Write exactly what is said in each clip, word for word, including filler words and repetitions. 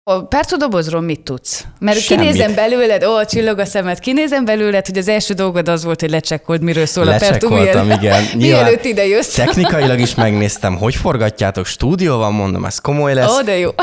A pártudobozról mit tudsz? Mert Semmit. Kinézem belőled, ó, csillog a szemed, kinézem belőled, hogy az első dolgod az volt, hogy lecsekkold, miről szól a Pertu. Lecsekkoltam, igen. Mielőtt ide jössz. Technikailag is megnéztem, hogy forgatjátok, stúdió van, mondom, ez komoly lesz. Ó, de jó.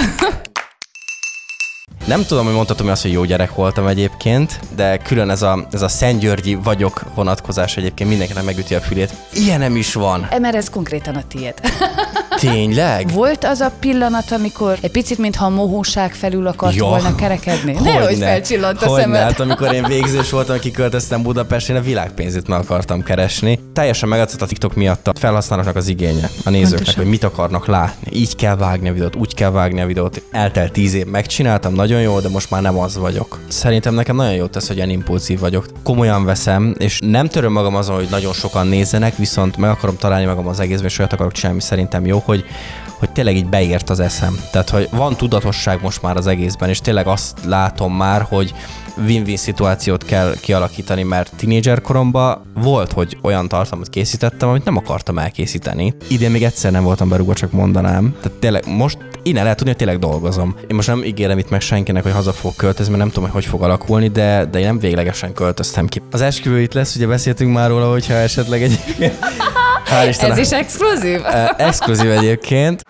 Nem tudom, hogy mondhatom azt, hogy jó gyerek voltam egyébként, de külön ez a, ez a Szentgyörgyi vagyok vonatkozás egyébként mindenkinek megüti a fülét. Ilyen nem is van. Mert ez konkrétan a tiéd. Tényleg? Volt az a pillanat, amikor egy picit, mintha a mohóság felül akart ja, volna kerekedni? Nehogy felcsillant a szemed. Hát amikor én végzős voltam, kiköltöztem Budapestre, én a világpénzét meg akartam keresni. Teljesen megadott a TikTok miatt a felhasználóknak az igénye, a nézőknek, pontosan, hogy mit akarnak látni. Így kell vágni a videót, úgy kell vágni a videót. Eltelt tíz év, megcsináltam, nagyon jó, de most már nem az vagyok. Szerintem nekem nagyon jót tesz, hogy ilyen impulzív vagyok. Komolyan veszem, és nem töröm magam azon, hogy nagyon sokan nézzenek, viszont meg akarom találni magam az egészben, és olyat akarok csinálni, szerintem jó, hogy, hogy tényleg így beért az eszem. Tehát, hogy van tudatosság most már az egészben, és tényleg azt látom már, hogy win-win szituációt kell kialakítani, mert tínédzser koromban volt, hogy olyan tartalmat készítettem, amit nem akartam elkészíteni. Idén még egyszer nem voltam berúgva, csak mondanám. Tehát tényleg most innen lehet tudni, hogy tényleg dolgozom. Én most nem ígérem itt meg senkinek, hogy haza fogok költözni, mert nem tudom, hogy hogy fog alakulni, de, de én nem véglegesen költöztem ki. Az esküvő itt lesz, ugye beszéltünk már róla, hogyha esetleg egyébként... Ez is exkluzív? Exkluzív egyébként.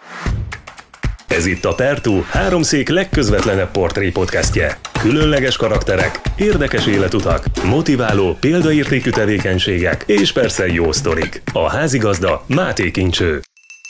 Ez itt a Pertu háromszék legközvetlenebb portré podcastje. Különleges karakterek, érdekes életutak, motiváló, példaértékű tevékenységek és persze jó sztorik. A házigazda Máté Kincső.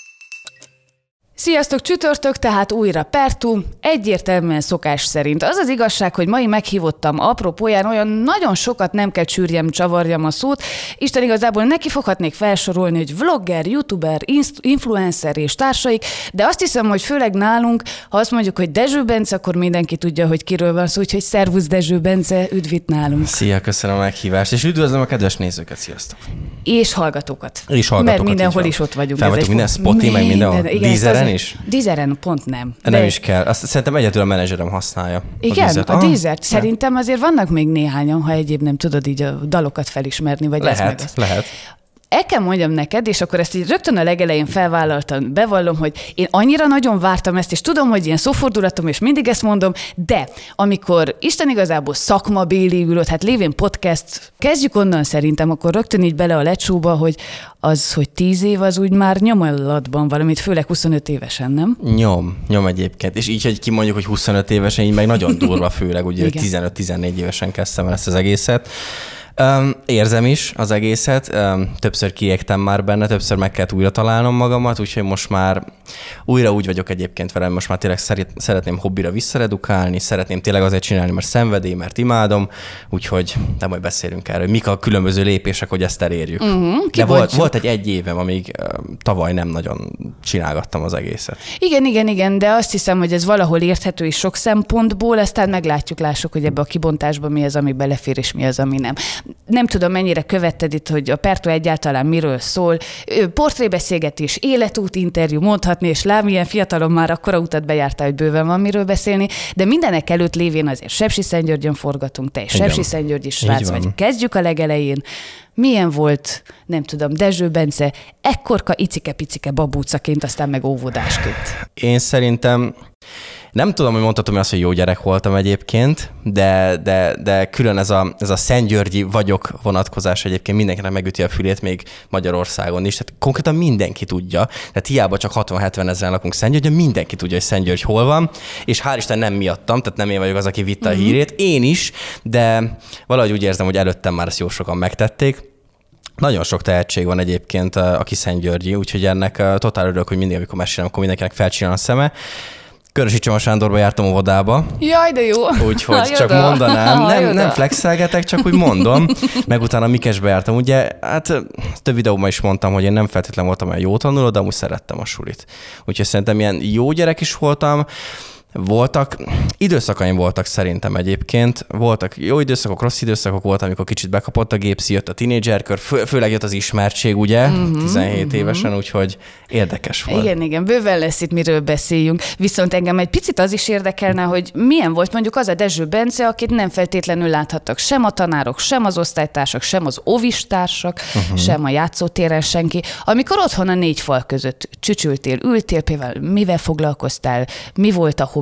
Sziasztok, csütörtök, tehát újra Pertu, egyértelműen szokás szerint. Az az igazság, hogy mai meghívottam apropóján, olyan nagyon sokat nem kell csűrjem, csavarjam a szót. Isten igazából neki foghatnék felsorolni, hogy vlogger, youtuber, influencer és társaik, de azt hiszem, hogy főleg nálunk, ha azt mondjuk, hogy Dezső Bence, akkor mindenki tudja, hogy kiről van szó, úgyhogy szervusz Dezső Bence, üdv itt nálunk. Szia, köszönöm a meghívást, és üdvözlöm a kedves nézőket, sziasztok. És hallgatókat. És hallgatókat. Mert mindenhol is ott vagyunk. Fel vagyunk minden Spotify, meg mindenhol. Deezeren is? Deezeren pont nem. De... Nem is kell. Azt szerintem egyedül a menedzserem használja. Igen, a Deezert. A Deezert. Szerintem azért vannak még néhányan, ha egyéb nem tudod így a dalokat felismerni, vagy lehet, ez meg az. Lehet. El kell mondjam neked, és akkor ezt így rögtön a legelején felvállaltam, bevallom, hogy én annyira nagyon vártam ezt, és tudom, hogy ilyen szófordulatom, és mindig ezt mondom, de amikor Isten igazából szakmabéli ülött, hát lévén podcast, kezdjük onnan szerintem, akkor rögtön így bele a lecsóba, hogy az, hogy tíz év az úgy már nyomalatban valamit, főleg huszonöt évesen, nem? Nyom, nyom egyébként. És így, hogy kimondjuk, hogy huszonöt évesen, így meg nagyon durva, főleg ugye tizenöt-tizennégy évesen kezdtem el ezt az egészet. Um, érzem is az egészet, um, többször kiégtem már benne, többször meg kellett újra találnom magamat, úgyhogy most már újra úgy vagyok egyébként velem, most már tényleg szeretném hobbira visszaredukálni, szeretném tényleg azért csinálni, mert szenvedély, mert imádom, úgyhogy de majd beszélünk erről, mik a különböző lépések, hogy ezt elérjük. Uh-huh, de volt, volt egy egy évem, amíg uh, tavaly nem nagyon csinálgattam az egészet. Igen, igen, igen, de azt hiszem, hogy ez valahol érthető is sok szempontból, aztán meglátjuk, lássuk, hogy ebbe a kibontásba mi az, ami belefér, és mi az, ami nem. Nem tudom, mennyire követted itt, hogy a Pertu egyáltalán miről szól. Portrébeszélgetés, életút, interjú mondhatni, és lám, ilyen fiatalon már akkora utat bejártál, hogy bőven van miről beszélni, de mindenek előtt lévén azért Sepsiszentgyörgyön forgatunk, te is Sepsiszentgyörgyi srác vagy. Kezdjük a legelején. Milyen volt, nem tudom, Dezső Bence, ekkorka icike-picike babúcaként, aztán meg óvodásként? Én szerintem nem tudom, hogy mondhatom azt, hogy jó gyerek voltam egyébként, de, de, de külön ez a, ez a Szentgyörgyi vagyok vonatkozás egyébként mindenkinek megüti a fülét még Magyarországon is. Tehát konkrétan mindenki tudja. Tehát hiába csak hatvan-hetven ezeren lakunk Szentgyörgyön, mindenki tudja, hogy Szentgyörgy hol van, és hál' Isten nem miattam, tehát nem én vagyok az, aki vitte uh-huh. a hírét, én is, de valahogy úgy érzem, hogy előttem már ezt jó sokan megtették. Nagyon sok tehetség van egyébként, aki Szentgyörgyi, úgyhogy ennek totál örülök, hogy mindig, amikor mesélem, akkor mindenkinek felcsinál a szeme. Körösi Csoma Sándorba jártam óvodába. Jaj, de jó. Úgyhogy csak mondanám, nem, nem flexelgetek, csak úgy mondom. Meg utána Mikesbe jártam. Ugye, hát több videóban is mondtam, hogy én nem feltétlenül voltam olyan jó tanuló, de amúgy szerettem a sulit. Úgyhogy szerintem ilyen jó gyerek is voltam. Voltak, időszakaim voltak szerintem egyébként, voltak jó időszakok, rossz időszakok volt, amikor kicsit bekapott a gépszi, jött a tínédzserkör, fő, főleg jött az ismertség, ugye, uh-huh, tizenhét uh-huh. évesen, úgyhogy érdekes volt. Igen, igen, bőven lesz itt, miről beszéljünk. Viszont engem egy picit az is érdekelne, hogy milyen volt mondjuk az a Dezső Bence, akit nem feltétlenül láthattak sem a tanárok, sem az osztálytársak, sem az ovistársak, uh-huh. sem a játszótéren senki. Amikor otthon a négy fal között csücsültél, ültél, például mivel foglalkoztál, mi volt a hobbi?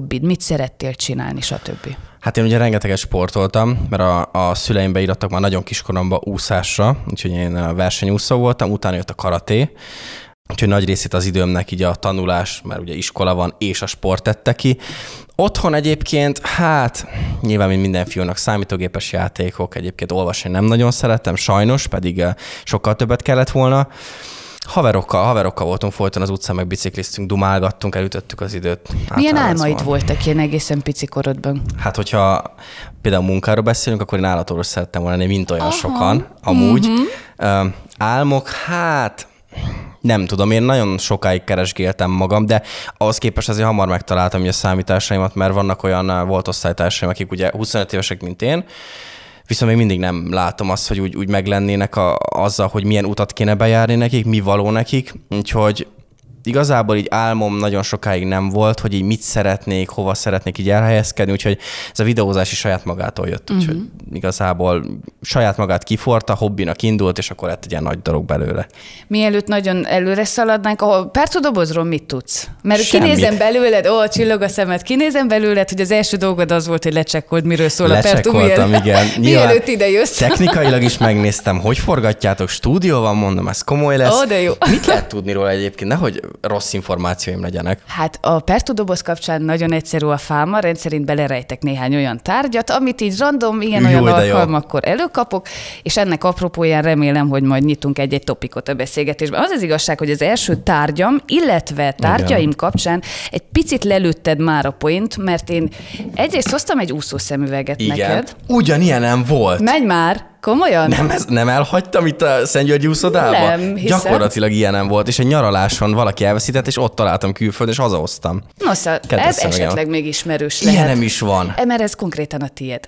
hobbid, mit szerettél csinálni, stb.? Hát én ugye rengeteget sportoltam, mert a, a szüleim beirattak már nagyon kiskoromban úszásra, úgyhogy én versenyúszó voltam, utána jött a karaté, úgyhogy nagy részét az időmnek így a tanulás, mert ugye iskola van, és a sport tette ki. Otthon egyébként, hát nyilván, mint minden fiúnak, számítógépes játékok, egyébként olvasni nem nagyon szerettem, sajnos, pedig sokkal többet kellett volna. Haverokkal, haverokkal voltunk folyton az utcán, meg bicikliztünk, dumálgattunk, elütöttük az időt. Milyen álmaid voltak ilyen egészen pici korodban? Hát, hogyha például munkáról beszélünk, akkor én állatorvos szerettem volna lenni, mint olyan Aha. sokan, amúgy. Mm-hmm. Álmok, hát nem tudom, én nagyon sokáig keresgéltem magam, de ahhoz képest azért hamar megtaláltam a számításaimat, mert vannak olyan volt osztálytársaim, akik ugye huszonöt évesek, mint én, viszont még mindig nem látom azt, hogy úgy, úgy meglennének a, azzal, hogy milyen utat kéne bejárni nekik, mi való nekik, úgyhogy igazából így álmom nagyon sokáig nem volt, hogy így mit szeretnék, hova szeretnék így elhelyezkedni, úgyhogy ez a videózás is saját magától jött, úgyhogy uh-huh. igazából saját magát kiforta, hobbinak indult, és akkor lett egy ilyen nagy dolog belőle. Mielőtt nagyon előre szaladnánk, a percudobozról mit tudsz? Mert Semmit. Kinézem belőled, ó, csillog a szemed, kinézem belőled, hogy az első dolgod az volt, hogy lecsekkold, miről szól a Pertu. Lecsekkoltam, igen. Mielőtt ide jössz. Technikailag is megnéztem, hogy forgatjátok, stúdió van, mondom, ez komoly lesz. Ó, de jó. Mit lehet tudni róla egyébként? Nehogy rossz információim legyenek. Hát a Pertudoboz kapcsán nagyon egyszerű a fáma, rendszerint belerejtek néhány olyan tárgyat, amit így random, ilyen-olyan alkalmakkor előkapok, és ennek apropóján remélem, hogy majd nyitunk egy-egy topikot a beszélgetésben. Az az igazság, hogy az első tárgyam, illetve tárgyaim Igen. kapcsán egy picit lelőtted már a point, mert én egyrészt hoztam egy úszószemüveget Igen. neked. Ugyanilyenem volt. Menj már! Komolyan? Nem, ez, nem elhagytam itt a Szentgyörgyi úszodában? Nem, hiszem. Gyakorlatilag ilyenem volt, és egy nyaraláson valaki elveszített, és ott találtam külföldön, és hazahoztam. Nosza, ez esetleg még ismerős lehet. Ilyenem is van. Mert ez konkrétan a tiéd.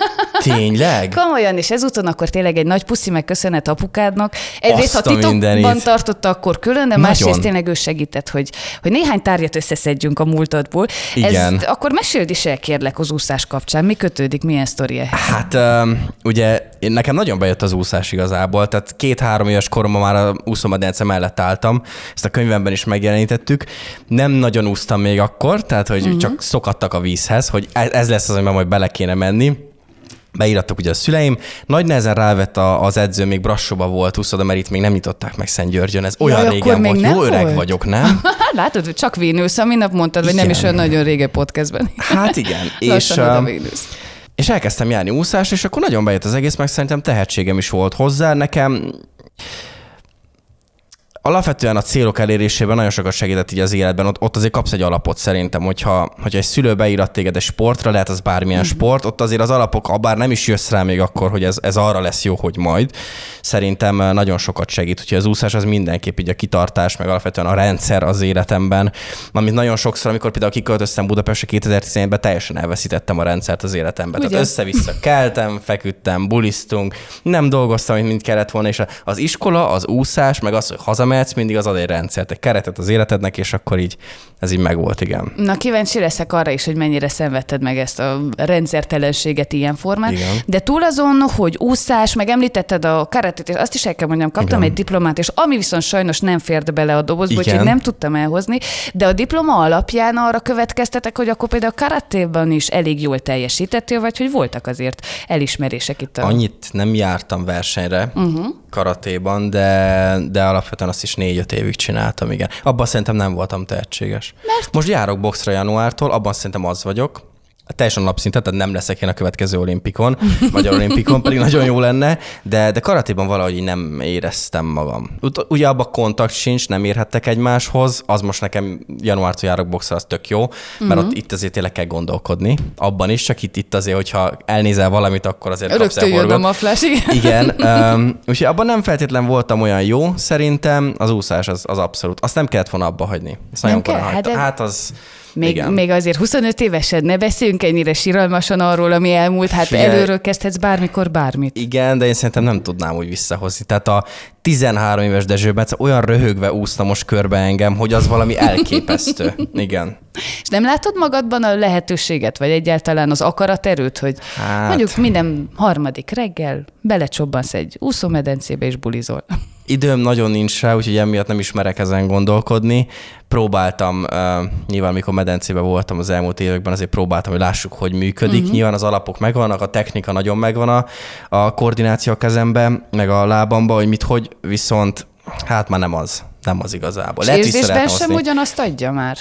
Tényleg? Komolyan, és ezúton akkor tényleg egy nagy puszi meg köszönet apukádnak. Egyrészt, ha titokban tartotta, akkor külön, de másrészt tényleg ő segített, hogy, hogy néhány tárgyat összeszedjünk a múltadból. Igen. Ezt akkor meséld is el, kérlek, az úszás kapcsán. Mi kötődik, milyen sztori ehhez? Hát ugye én nekem nagyon bejött az úszás igazából, tehát két-három éves koromban már a úszómedence mellett álltam, ezt a könyvemben is megjelenítettük. Nem nagyon úsztam még akkor, tehát hogy uh-huh. csak szokattak a vízhez, hogy ez lesz az, amiben majd bele kéne menni. Beírattak ugye a szüleim. Nagy nehezen rávett a, az edző, még Brassóban volt úszoda, mert itt még nem nyitották meg Szentgyörgyön. Ez olyan Jaj, régen volt, jó volt? Öreg vagyok, nem? Látod, hogy csak vénősz, a minap mondtad, hogy nem is olyan nagyon régen podcastben. Hát igen. és, és elkezdtem járni úszás, és akkor nagyon bejött az egész, meg szerintem tehetségem is volt hozzá. Nekem alapvetően a célok elérésében nagyon sokat segített így az életben. Ott, ott azért kapsz egy alapot szerintem, hogyha, hogyha egy szülő beírat téged egy sportra, lehet az bármilyen mm. sport, ott azért az alapok, bár nem is jössz rá még akkor, hogy ez, ez arra lesz jó, hogy majd. Szerintem nagyon sokat segít. Úgyhogy az úszás az mindenképp így a kitartás, meg alapvetően a rendszer az életemben. Amit nagyon sokszor, amikor például kiköltöztem Budapestre kétezer-tizenhétben, teljesen elveszítettem a rendszert az életemben. Ugye? Tehát össze-vissza keltem, feküdtem, bulisztunk, nem dolgoztam, mint kellett volna, és az iskola, az úszás, meg az, hogy hazamehetsz, mindig az ad egy rendszert, egy keretet az életednek, és akkor így ez így megvolt, igen. Na kíváncsi leszek arra is, hogy mennyire szenvedted meg ezt a rendszertelenséget ilyen formán. Igen. De túl azon, hogy úszás, meg említetted a karatét, és azt is el kell mondjam, kaptam igen. egy diplomát, és ami viszont sajnos nem fért bele a dobozba, úgyhogy nem tudtam elhozni, de a diploma alapján arra következtetek, hogy akkor például a karatéban is elég jól teljesítettél, vagy hogy voltak azért elismerések itt a... Annyit nem jártam versenyre uh-huh. karatéban, de, de alapvetően azt is négy-öt évig csináltam, igen. Abban szerintem nem voltam tehetséges. Mert? Most járok boxra januártól, abban szerintem az vagyok. Teljesen alapszinten, tehát nem leszek én a következő olimpikon, magyar olimpikon, pedig nagyon jó lenne, de, de karatéban valahogy nem éreztem magam. Ugye abban kontakt sincs, nem érhettek egymáshoz, az most nekem januártól járok boxra, az tök jó, mert uh-huh. ott itt azért tényleg kell gondolkodni. Abban is, csak itt, itt azért, hogyha elnézel valamit, akkor azért kapsz el horgot. Rögtön jön a maflás, igen. Igen, um, úgyhogy abban nem feltétlen voltam olyan jó, szerintem az úszás az, az abszolút. Azt nem kellett volna abba hagyni. Azt nem kell, hát, de... hát az... Még, még azért huszonöt évesed, ne beszéljünk ennyire siralmasan arról, ami elmúlt, hát Figyelj, előről kezdhetsz bármikor bármit. Igen, de én szerintem nem tudnám úgy visszahozni. Tehát a tizenhárom éves Dezsőben olyan röhögve úszta most körbe engem, hogy az valami elképesztő. Igen. És nem látod magadban a lehetőséget, vagy egyáltalán az akaraterőt, hogy hát... mondjuk minden harmadik reggel belecsobbansz egy úszómedencébe és bulizol? időm nagyon nincs rá, úgyhogy emiatt nem is merek ezen gondolkodni. Próbáltam, uh, nyilván amikor medencében voltam az elmúlt években, azért próbáltam, hogy lássuk, hogy működik. Uh-huh. Nyilván az alapok megvannak, a technika nagyon megvan, a, a koordináció a kezemben, meg a lábamba, hogy mit, hogy viszont hát már nem az. Nem az igazából. És érzésben sem ugyanazt adja már?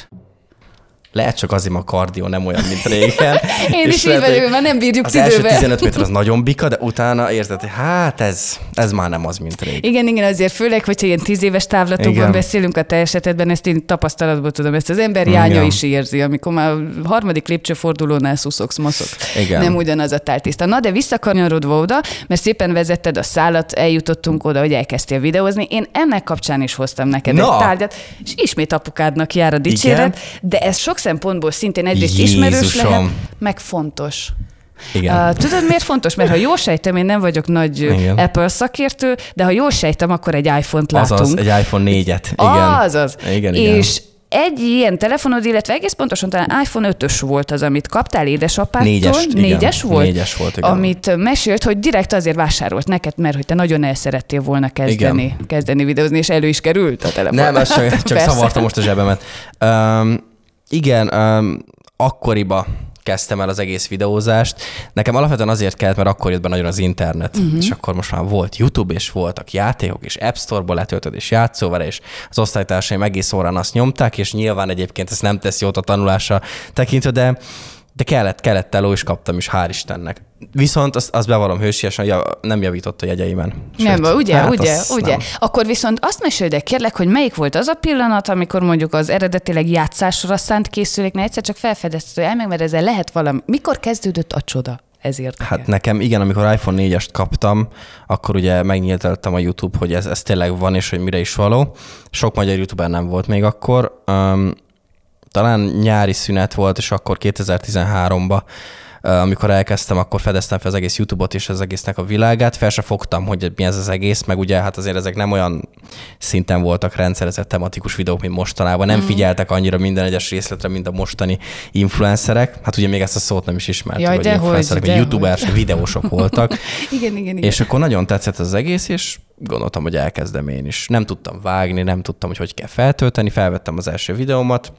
Lehet csak azért, a kardió nem olyan, mint régen. Én is így vagyok, mert nem bírjuk az időben. Az első tizenöt méter az nagyon bika, de utána érzed, hogy hát ez, ez már nem az, mint régen. Igen, igen, azért főleg, hogyha ilyen tíz éves távlatokban igen. beszélünk a te esetedben, ezt én tapasztalatból tudom, ezt az ember jánya igen. is érzi, amikor már a harmadik lépcsőfordulónál szuszogsz, moszogsz. Igen. Nem ugyanaz a táltiszta. Na, de visszakanyarodva oda, mert szépen vezetted a szálat, eljutottunk oda, hogy elkezdtél videózni. Én ennek kapcsán is hoztam neked no. egy tárgyat, és ismét apukádnak jár a dicséret, de ez sok szempontból szintén egyrészt Jézusom. ismerős lehet, meg fontos. Igen. Uh, tudod, miért fontos? Mert ha jól sejtem, én nem vagyok nagy igen. Apple szakértő, de ha jól sejtem, akkor egy iPhone-t látunk. Azaz, egy iPhone négyet. Igen. Azaz. Igen, igen. És egy ilyen telefonod, illetve egész pontosan talán iPhone ötös volt az, amit kaptál édesapától. Négyes, Négyes igen. volt? Négyes volt, igen. Amit mesélt, hogy direkt azért vásárolt neked, mert hogy te nagyon el szerettél volna kezdeni, igen. kezdeni videózni, és elő is került a telefon. Nem, ezt csak, csak szavartam most a zsebemet. Um, igen, um, akkoriba kezdtem el az egész videózást. Nekem alapvetően azért kellett, mert akkor jött be nagyon az internet, uh-huh. és akkor most már volt YouTube, és voltak játékok, és App Store-ból letöltöd, és játszol vele, és az osztálytársaim egész órán azt nyomták, és nyilván egyébként ez nem tesz jót a tanulásra tekintve, de, de kellett, kellett elő, és kaptam is, hál' Istennek. Viszont azt, azt bevallom hősiesen, hogy nem javított a jegyeimen. Sőt, nem, ugye, hát ugye, ugye. Nem. Akkor viszont azt meséld el, kérlek, hogy melyik volt az a pillanat, amikor mondjuk az eredetileg játszásra szánt készüléknél egyszer csak felfedezted, hogy elmeg, mert ezzel lehet valami. Mikor kezdődött a csoda? Ezért. Hát nekem igen, amikor iPhone négyest kaptam, akkor ugye megnyílteltem a YouTube, hogy ez, ez tényleg van, és hogy mire is való. Sok magyar YouTuber nem volt még akkor. Um, talán nyári szünet volt, és akkor kétezer-tizenháromban amikor elkezdtem, akkor fedeztem fel az egész YouTube-ot és az egésznek a világát. Fel se fogtam, hogy mi ez az egész, meg ugye hát azért ezek nem olyan szinten voltak rendszerezett tematikus videók, mint mostanában. Nem mm. figyeltek annyira minden egyes részletre, mint a mostani influencerek. Hát ugye még ezt a szót nem is ismertük, Jaj, hogy influencerek, vagy youtubersek, videósok voltak. igen, igen, igen. És akkor nagyon tetszett az egész, és gondoltam, hogy elkezdem én is. Nem tudtam vágni, nem tudtam, hogy hogy kell feltölteni. Felvettem az első videómat,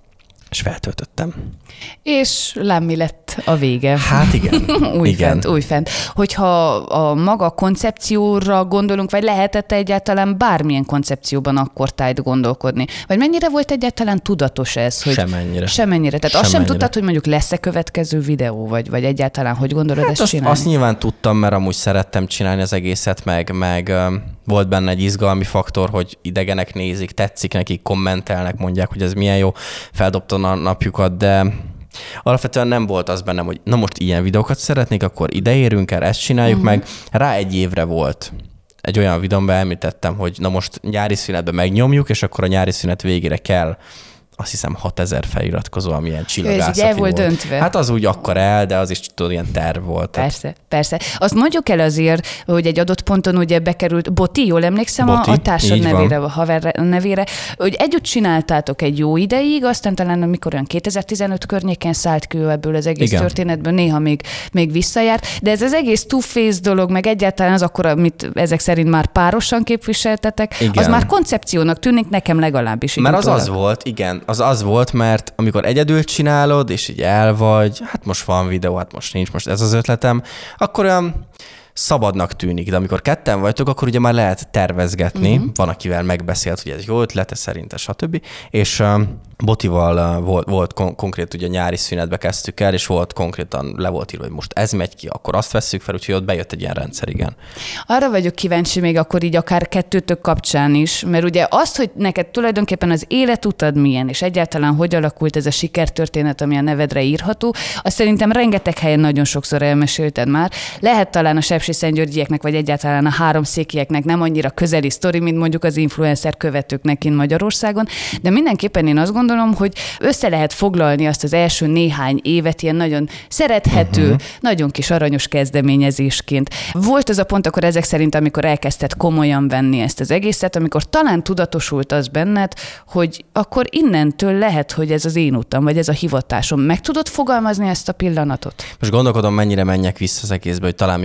és feltöltöttem. És lám mi lett a vége. Hát igen. újfent, újfent. Hogyha a maga koncepcióra gondolunk, vagy lehetett egyáltalán bármilyen koncepcióban akkor tájt gondolkodni? Vagy mennyire volt egyáltalán tudatos ez? Hogy Semennyire. Semennyire. Tehát azt sem tudtad, hogy mondjuk lesz-e következő videó, vagy, vagy egyáltalán hogy gondolod hát ezt azt, csinálni? Azt nyilván tudtam, mert amúgy szerettem csinálni az egészet, meg, meg volt benne egy izgalmi faktor, hogy idegenek nézik, tetszik nekik, kommentelnek, mondják, hogy ez milyen jó, feldobtam a napjukat, de alapvetően nem volt az bennem, hogy na most ilyen videókat szeretnék, akkor ide érünk el, ezt csináljuk uh-huh. meg. Rá egy évre volt. Egy olyan videómban említettem, hogy na most nyári szünetben megnyomjuk, és akkor a nyári szünet végére kell azt hiszem hatezer feliratkozó, amilyen csillagászati el volt. Döntve. Hát az úgy akkor el, de az is tudod, ilyen terv volt. Persze, tehát. persze. Azt mondjuk el azért, hogy egy adott ponton ugye bekerült Boti, jól emlékszem Boti, a, a társad nevére, van. a haver nevére, hogy együtt csináltátok egy jó ideig, aztán talán amikor olyan kétezer-tizenöt környéken szállt ki ebből az egész Igen. történetből, néha még, még visszajárt, de ez az egész two-face dolog, meg egyáltalán az akkor, amit ezek szerint már párosan képviseltetek, igen. az már koncepciónak tűnik nekem legalábbis. Mert az az volt, igen, az az volt, mert amikor egyedül csinálod, és így el vagy, hát most van videó, hát most nincs, most ez az ötletem, akkor olyan szabadnak tűnik, de amikor ketten vagytok, akkor ugye már lehet tervezgetni, uh-huh. van, akivel megbeszélt, hogy ez jó ötlete, szerinte, stb. És um, Botival uh, volt, volt kon- konkrét, ugye nyári szünetbe kezdtük el, és volt konkrétan, le volt írva, hogy most ez megy ki, akkor azt vesszük fel, úgyhogy ott bejött egy ilyen rendszer, igen. Arra vagyok kíváncsi még akkor így akár kettőtök kapcsán is, mert ugye azt, hogy neked tulajdonképpen az életutad milyen, és egyáltalán hogy alakult ez a sikertörténet, ami a nevedre írható, azt szerintem rengeteg helyen nagyon sokszor elmesélted már. Lehet talán a sepsiszentgyörgyieknek, vagy egyáltalán a háromszékieknek nem annyira közeli sztori, mint mondjuk az influencer követőknek kint Magyarországon, de mindenképpen én azt gondolom, hogy össze lehet foglalni azt az első néhány évet ilyen nagyon szerethető, uh-huh. nagyon kis aranyos kezdeményezésként. Volt az a pont akkor ezek szerint, amikor elkezdted komolyan venni ezt az egészet, amikor talán tudatosult az benned, hogy akkor innentől lehet, hogy ez az én utam, vagy ez a hivatásom. Meg tudod fogalmazni ezt a pillanatot? Most gondolkodom, mennyire menjek vissza az egészbe, hogy talán mikor volt az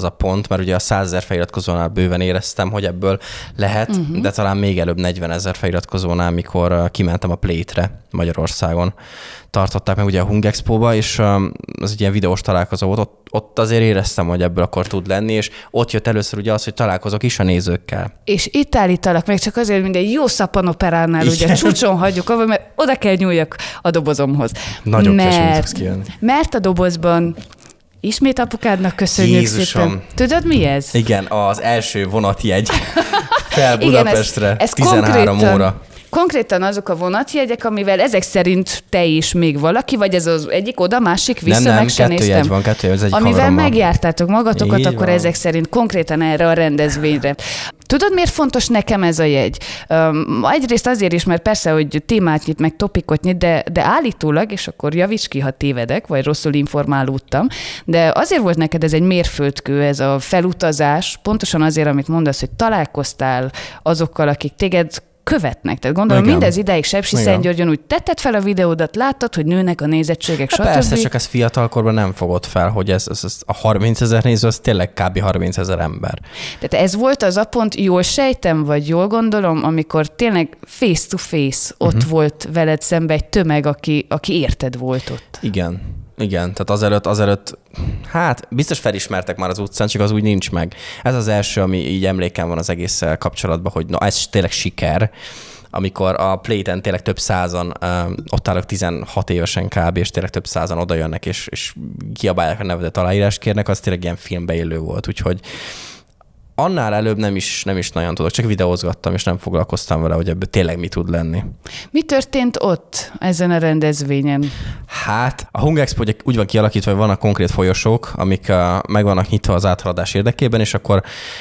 a pont, mert ugye a százezer feliratkozónál bőven éreztem, hogy ebből lehet, uh-huh. de talán még előbb negyvenezer feliratkozónál, mikor kimentem a Plate-re Magyarországon. Tartották meg ugye a Hung Expo-ba, és az egy ilyen videós találkozó volt, ott, ott azért éreztem, hogy ebből akkor tud lenni, és ott jött először ugye az, hogy találkozok is a nézőkkel. És itt állítalak meg csak azért, mint egy jó szappanoperánál, ugye csúcson hagyjuk, ahol, mert oda kell nyúljak a dobozomhoz. Nagyon mert, mert a dobozban ismét apukádnak köszönjük Jézusom. szépen. Tudod, mi ez? Igen, az első vonatjegy fel Budapestre, Igen, ez, ez tizenhárom óra. Konkrétan azok a vonatjegyek, amivel ezek szerint te is még valaki, vagy ez az egyik oda, másik vissza, nem, nem, meg sem néztem. Kettő van, kettő jegy, amivel haverommal. Megjártátok magatokat, Így akkor van. ezek szerint konkrétan erre a rendezvényre. Tudod, miért fontos nekem ez a jegy? Um, egyrészt azért is, mert persze, hogy témát nyit, meg topikot nyit, de, de állítólag, és akkor javíts ki, ha tévedek, vagy rosszul informálódtam, de azért volt neked ez egy mérföldkő, ez a felutazás, pontosan azért, amit mondasz, hogy találkoztál azokkal, akik téged követnek. Tehát gondolom, igen. mindez ideig Sepsiszentgyörgyön úgy tetted fel a videódat, láttad, hogy nőnek a nézettségek, stb. Persze, csak ez fiatalkorban nem fogod fel, hogy ez, ez, ez a harmincezer néző, az tényleg kb. harmincezer ember. Tehát ez volt az a pont, jól sejtem, vagy jól gondolom, amikor tényleg face to face ott uh-huh. volt veled szembe egy tömeg, aki, aki érted volt ott. Igen. Igen, tehát azelőtt, azelőtt, hát biztos felismertek már az utcán, csak az úgy nincs meg. Ez az első, ami így emlékem van az egésszel kapcsolatban, hogy na, ez tényleg siker, amikor a Plate-en tényleg több százan, ott állok tizenhat évesen kb, és tényleg több százan oda jönnek, és, és kiabálják a nevedet, aláírást kérnek, az tényleg ilyen filmbe élő volt, úgyhogy annál előbb nem is, nem is nagyon tudok, csak videózgattam, és nem foglalkoztam vele, hogy ebből tényleg mi tud lenni. Mi történt ott, ezen a rendezvényen? Hát a Hung Expo úgy van kialakítva, hogy vannak konkrét folyosók, amik meg vannak nyitva az áthaladás érdekében, és akkor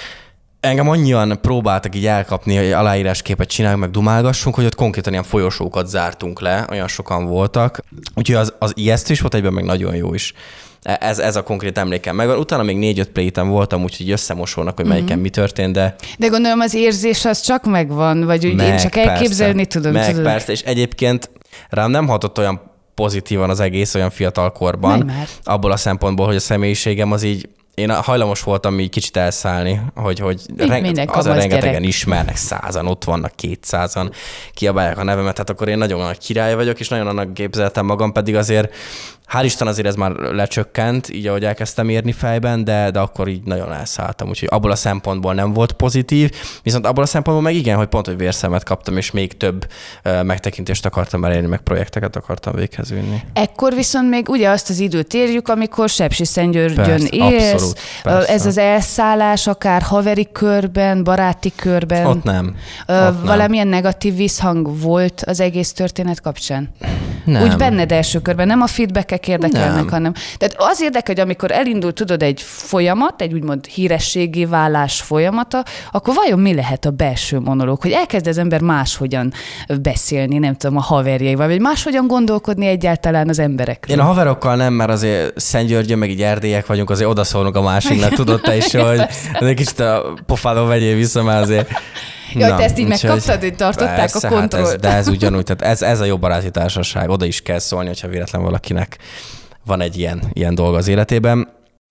engem annyian próbáltak így elkapni, hogy aláírásképet csináljuk, meg dumálgassunk, hogy ott konkrétan ilyen folyosókat zártunk le, olyan sokan voltak. Úgyhogy az, az ijesztő is volt, egyben meg nagyon jó is. Ez, ez a konkrét emlékem meg. Utána még négy-öt Plate-en voltam, úgyhogy összemosolnak, hogy melyiken mm-hmm. mi történt, de... De gondolom az érzés az csak megvan, vagy úgy meg, én csak elképzelni persze, tudom. Meg tudod. Persze, és egyébként rám nem hatott olyan pozitívan az egész olyan fiatal korban, abból a szempontból, hogy a személyiségem az így, én hajlamos voltam így kicsit elszállni, hogy, hogy reng- az a rengetegen gyerek. Ismernek, százan, ott vannak kétszázan, kiabálják a nevemet, hát akkor én nagyon nagy király vagyok, és nagyon annak képzeltem magam, pedig azért hál' Isten azért ez már lecsökkent, így ahogy elkezdtem érni fejben, de, de akkor így nagyon elszálltam, úgyhogy abból a szempontból nem volt pozitív, viszont abból a szempontból meg igen, hogy pont, hogy vérszemet kaptam, és még több uh, megtekintést akartam elérni, meg projekteket akartam véghez vinni. Ekkor viszont még ugye azt az időt érjük, amikor Sepsiszentgyörgyön élsz, abszolút, ez az elszállás akár haveri körben, baráti körben. Ott nem. Uh, Ott valamilyen nem. negatív visszhang volt az egész történet kapcsán? Nem. Úgy benned első körben, nem a feedbackek érdekelnek, nem. hanem. Tehát az érdekel, hogy amikor elindul, tudod, egy folyamat, egy úgymond hírességi válás folyamata, akkor vajon mi lehet a belső monológ, hogy elkezd az ember máshogyan beszélni, nem tudom, a haverjaival, vagy máshogyan gondolkodni egyáltalán az emberekről. Én a haverokkal nem, mert azért Szentgyörgyön, meg így erdélyek vagyunk, azért odaszólunk a másiknak, tudod te is, hogy egy kicsit a pofádon vegyél vissza, már azért. Ja, na, te ezt így megkaptad, hogy tartották persze, a kontrollt. Hát ez, de ez ugyanúgy, tehát ez, ez a jó baráti társaság, oda is kell szólni, hogyha véletlen valakinek van egy ilyen, ilyen dolga az életében.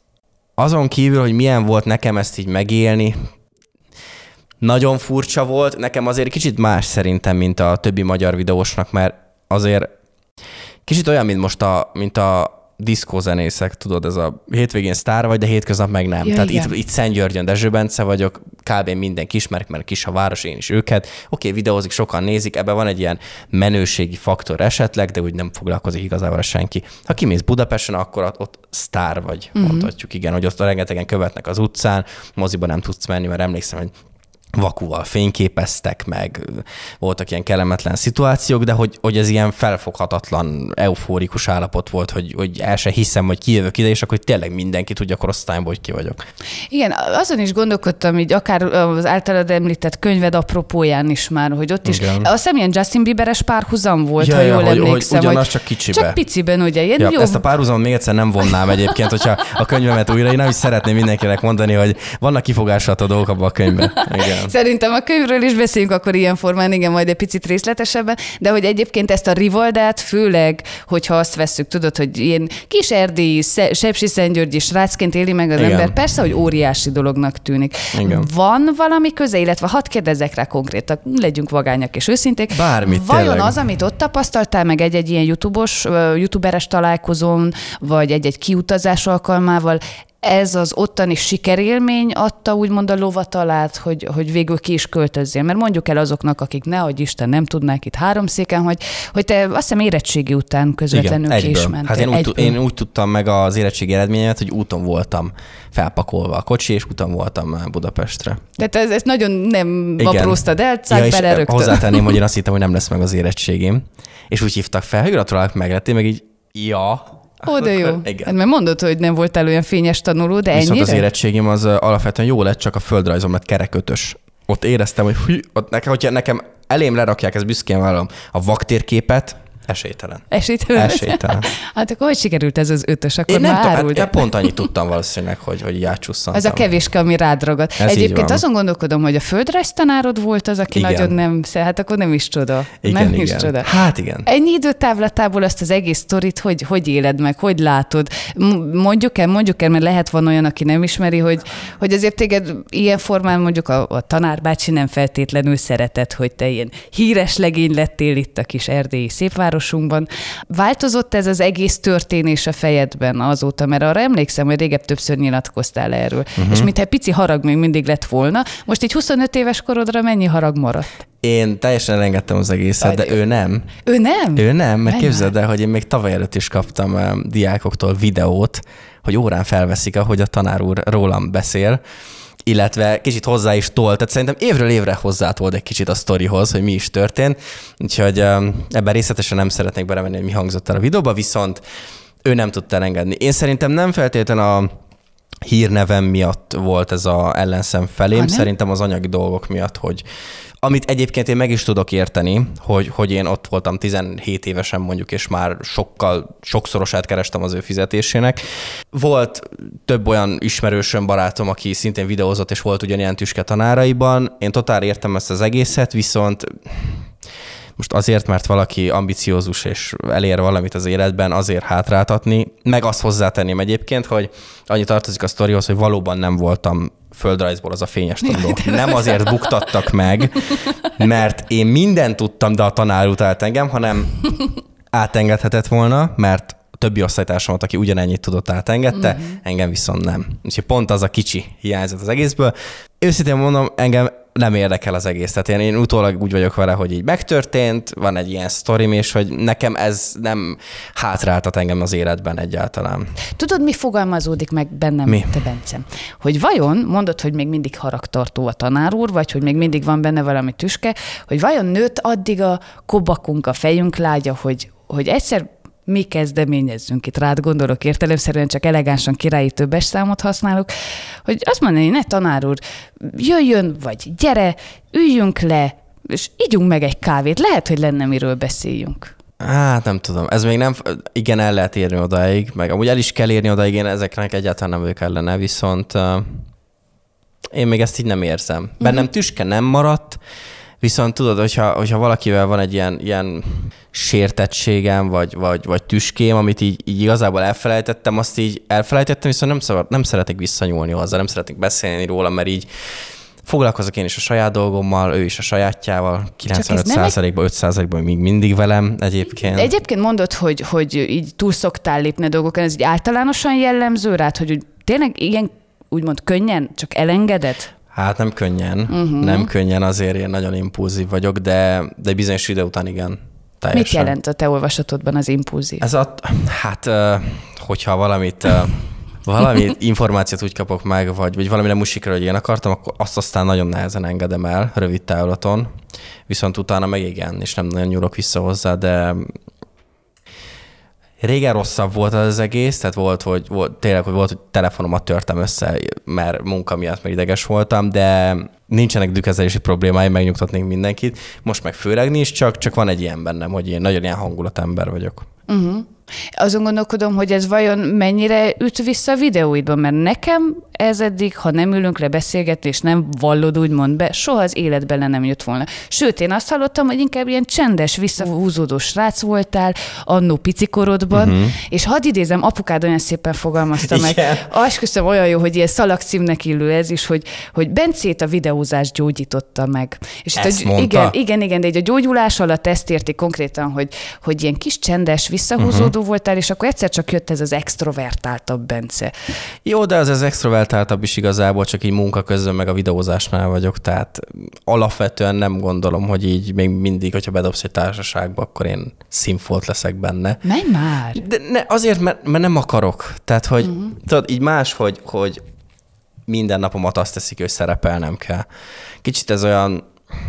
Azon kívül, hogy milyen volt nekem ezt így megélni, nagyon furcsa volt, nekem azért kicsit más szerintem, mint a többi magyar videósnak, mert azért kicsit olyan, mint most a, mint a diszkózenészek, tudod, ez a hétvégén sztár vagy, de hétköznap meg nem. Ja, tehát igen. itt, itt Szentgyörgyön Dezső Bence vagyok, kb. Mindenki ismerik, mert kis a város, én is őket. Oké, videózik, sokan nézik, ebben van egy ilyen menőségi faktor esetleg, de úgy nem foglalkozik igazából senki. Ha kimész Budapesten, akkor ott, ott sztár vagy, uh-huh. mondhatjuk, igen, hogy ott rengetegen követnek az utcán, moziba nem tudsz menni, mert emlékszem, hogy vakuval fényképeztek, meg voltak ilyen kellemetlen szituációk, de hogy, hogy ez ilyen felfoghatatlan, eufórikus állapot volt, hogy, hogy el se hiszem, hogy kijövök ide, és akkor hogy tényleg mindenki tudja korosztályomból, hogy ki vagyok. Igen, azon is gondolkodtam, így akár az általad említett könyved apropóján is már, hogy ott is. Igen. Azt hiszem, ilyen Justin Bieberes párhuzam volt, ja, ha jól ja, emlékszem. Hogy ugyanaz, csak kicsibe. Csak piciben, ugye? Ja, jó. Ezt a párhuzamot még egyszer nem vonnám egyébként, hogyha a könyvemet újra, én nem is szeretném mindenkinek mondani, hogy vannak kifogásható dolgok abban a könyvben. Igen. Szerintem a könyvről is beszéljünk akkor ilyen formán, igen, majd egy picit részletesebben, de hogy egyébként ezt a Rivaldát, főleg, hogyha azt vesszük, tudod, hogy ilyen kis erdélyi, sepsiszentgyörgyi srácként éli meg az igen. ember, persze, hogy óriási dolognak tűnik. Igen. Van valami köze, illetve hadd kérdezzek rá konkrétan, legyünk vagányak és őszinték. Bármit, vajon tényleg. Az, amit ott tapasztaltál meg egy-egy ilyen YouTube-os, youtuberes találkozón, vagy egy-egy kiutazás alkalmával, ez az ottani sikerélmény adta úgymond a lovat alát, hogy, hogy végül ki is költözzél. Mert mondjuk el azoknak, akik nehogy Isten nem tudnák itt háromszéken, hogy, hogy te azt hiszem érettségi után közvetlenül igen, ki is mentél. Hát én úgy, én úgy tudtam meg az érettségi eredményet, hogy úton voltam felpakolva a kocsi, és úton voltam Budapestre. Tehát ez, ez nagyon nem apróztad el, cág ja, bele rögtön. Hozzátenném, hogy én azt hittem, hogy nem lesz meg az érettségém. És úgy hívtak fel, hogy gratulálok, meglettél, meg így, ja... Ó, de jó. Hát, mert mondod, hogy nem voltál olyan fényes tanuló, de viszont ennyire? Az érettségim az alapvetően jó lett, csak a földrajzom lett kerekötös. Ott éreztem, hogy hű, ott nekem, hogyha nekem elém lerakják, ezt büszkén vállalom, a vaktérképet, esélytelen. Esélytelen? Esélytelen. Hát akkor hogy sikerült ez az ötös? Akkor én már nem áruld. Hát, pont annyit tudtam valószínűleg, hogy, hogy átcsusszantam. Ez a kevéske, ami rád ragad. Ez egyébként azon gondolkodom, hogy a földrajztanárod volt az, aki igen. nagyon nem... Hát akkor nem is csoda. Igen, nem igen. is csoda. Hát igen. Ennyi időtávlatából azt az egész sztorit, hogy, hogy éled meg, hogy látod? Mondjuk el, mondjuk el, mert lehet van olyan, aki nem ismeri, hogy, hogy azért téged ilyen formán mondjuk a, a tanárbácsi nem feltétlenül szeretett, hogy te ilyen híres legény lettél itt a kis erdélyi szépvárosunkban. Változott ez az egész történés a fejedben azóta, mert arra emlékszem, hogy régebb többször nyilatkoztál erről. Uh-huh. És mintha pici harag még mindig lett volna, most így huszonöt éves korodra mennyi harag maradt? Én teljesen elengedtem az egészet, de ő nem. Ő nem? Ő nem, mert képzeld el, hogy én még tavaly előtt is kaptam diákoktól videót, hogy órán felveszik, ahogy a tanár úr rólam beszél, illetve kicsit hozzá is tolt. Tehát szerintem évről évre hozzátolt egy kicsit a sztorihoz, hogy mi is történt. Úgyhogy ebben részletesen nem szeretnék belemenni, hogy mi hangzott el a videóba, viszont ő nem tudta elengedni. Én szerintem nem feltétlenül a hírnevem miatt volt ez az ellenszem felém, ha, szerintem az anyagi dolgok miatt, hogy amit egyébként én meg is tudok érteni, hogy, hogy én ott voltam tizenhét évesen mondjuk, és már sokkal, sokszorosát kerestem az ő fizetésének. Volt több olyan ismerősöm, barátom, aki szintén videózott, és volt ugyanilyen tüske tanáraiban. Én totál értem ezt az egészet, viszont most azért, mert valaki ambiciózus és elér valamit az életben, azért hátráltatni, meg azt hozzátenném egyébként, hogy annyi tartozik a sztorihoz, hogy valóban nem voltam földrajzból az a fényes tanuló. Nem azért buktattak meg, mert én mindent tudtam, de a tanár utált engem, hanem átengedhetett volna, mert a többi osztálytársamat, aki ugyanennyit tudott, átengedte, mm-hmm. engem viszont nem. Úgyhogy pont az a kicsi hiányzat az egészből. Őszintén mondom, engem nem érdekel az egész. Tehát én, én utólag úgy vagyok vele, hogy így megtörtént, van egy ilyen sztorim, és hogy nekem ez nem hátráltat engem az életben egyáltalán. Tudod, mi fogalmazódik meg bennem, mi? Te Bencem? Hogy vajon, mondod, hogy még mindig haragtartó a tanár úr, vagy hogy még mindig van benne valami tüske, hogy vajon nőtt addig a kobakunk, a fejünk lágya, hogy, hogy egyszer mi kezdeményezzünk itt, rád gondolok értelemszerűen, csak elegánsan királyi többes számot használok, hogy azt mondani, ne tanár úr, jöjjön, vagy gyere, üljünk le, és ígyunk meg egy kávét, lehet, hogy lenne miről beszéljünk. Hát nem tudom, ez még nem, igen, el lehet érni odáig, meg amúgy el is kell érni odáig, én ezeknek egyáltalán nem vagyok ellene, viszont uh, én még ezt így nem érzem. Bennem tüske nem maradt, viszont tudod, hogyha, hogyha valakivel van egy ilyen, ilyen sértettségem, vagy, vagy, vagy tüském, amit így, így igazából elfelejtettem, azt így elfelejtettem, viszont nem, szabad, nem szeretek visszanyúlni hozzá, nem szeretek beszélni róla, mert így foglalkozok én is a saját dolgommal, ő is a sajátjával, kilencvenöt százalékban, öt százalékban még mindig velem egyébként. Egyébként mondod, hogy, hogy így túl szoktál lépni a dolgokon, ez így általánosan jellemző rád, hogy úgy, tényleg ilyen úgymond könnyen, csak elengeded? Hát nem könnyen, uh-huh. nem könnyen, azért én nagyon impulzív vagyok, de, de bizonyos idő után igen. Teljesen. Mit jelent a te olvasatodban az impulzív? Ez a, hát, hogyha valamit, valami információt úgy kapok meg, vagy, vagy valami nem úgy sikerül, hogy én akartam, akkor azt aztán nagyon nehezen engedem el rövid távlaton, viszont utána meg igen, és nem nagyon nyúlok vissza hozzá, de régen rosszabb volt az egész, tehát volt, hogy volt, tényleg, hogy volt, hogy telefonomat törtem össze, mert munka miatt, mert ideges voltam, de nincsenek dühkezelési problémáim, megnyugtatnék mindenkit. Most meg főleg nincs, csak, csak van egy ilyen bennem, hogy én nagyon ilyen hangulatember vagyok. Uh-huh. Azon gondolkodom, hogy ez vajon mennyire üt vissza a videóidban, mert nekem ez eddig, ha nem ülünk le beszélgetni, és nem vallod úgymond be, soha az életben le nem jött volna. Sőt, én azt hallottam, hogy inkább ilyen csendes, visszahúzódó srác voltál annó picikorodban, uh-huh. és hadd idézem, apukád olyan szépen fogalmazta meg. Azt köszönöm, olyan jó, hogy ilyen szalagcímnek illő ez is, hogy, hogy Bencét a videózás gyógyította meg. És ezt a, mondta? Igen, igen, igen, de egy a gyógyulás alatt ezt érti konkrétan, hogy, hogy ilyen kis csendes, visszahúzódó uh-huh. voltál, és akkor egyszer csak jött ez az extrovertáltabb Bence. Jó, de az az extrovertáltabb is igazából csak így munka közben, meg a videózásnál vagyok, tehát alapvetően nem gondolom, hogy így még mindig, hogyha bedobsz egy társaságba, akkor én színfolt leszek benne. Menj már! De ne, azért, mert, mert nem akarok. Tehát, hogy uh-huh. tudod, így más, hogy, hogy minden napomat azt teszik, hogy szerepelnem kell. Kicsit ez olyan,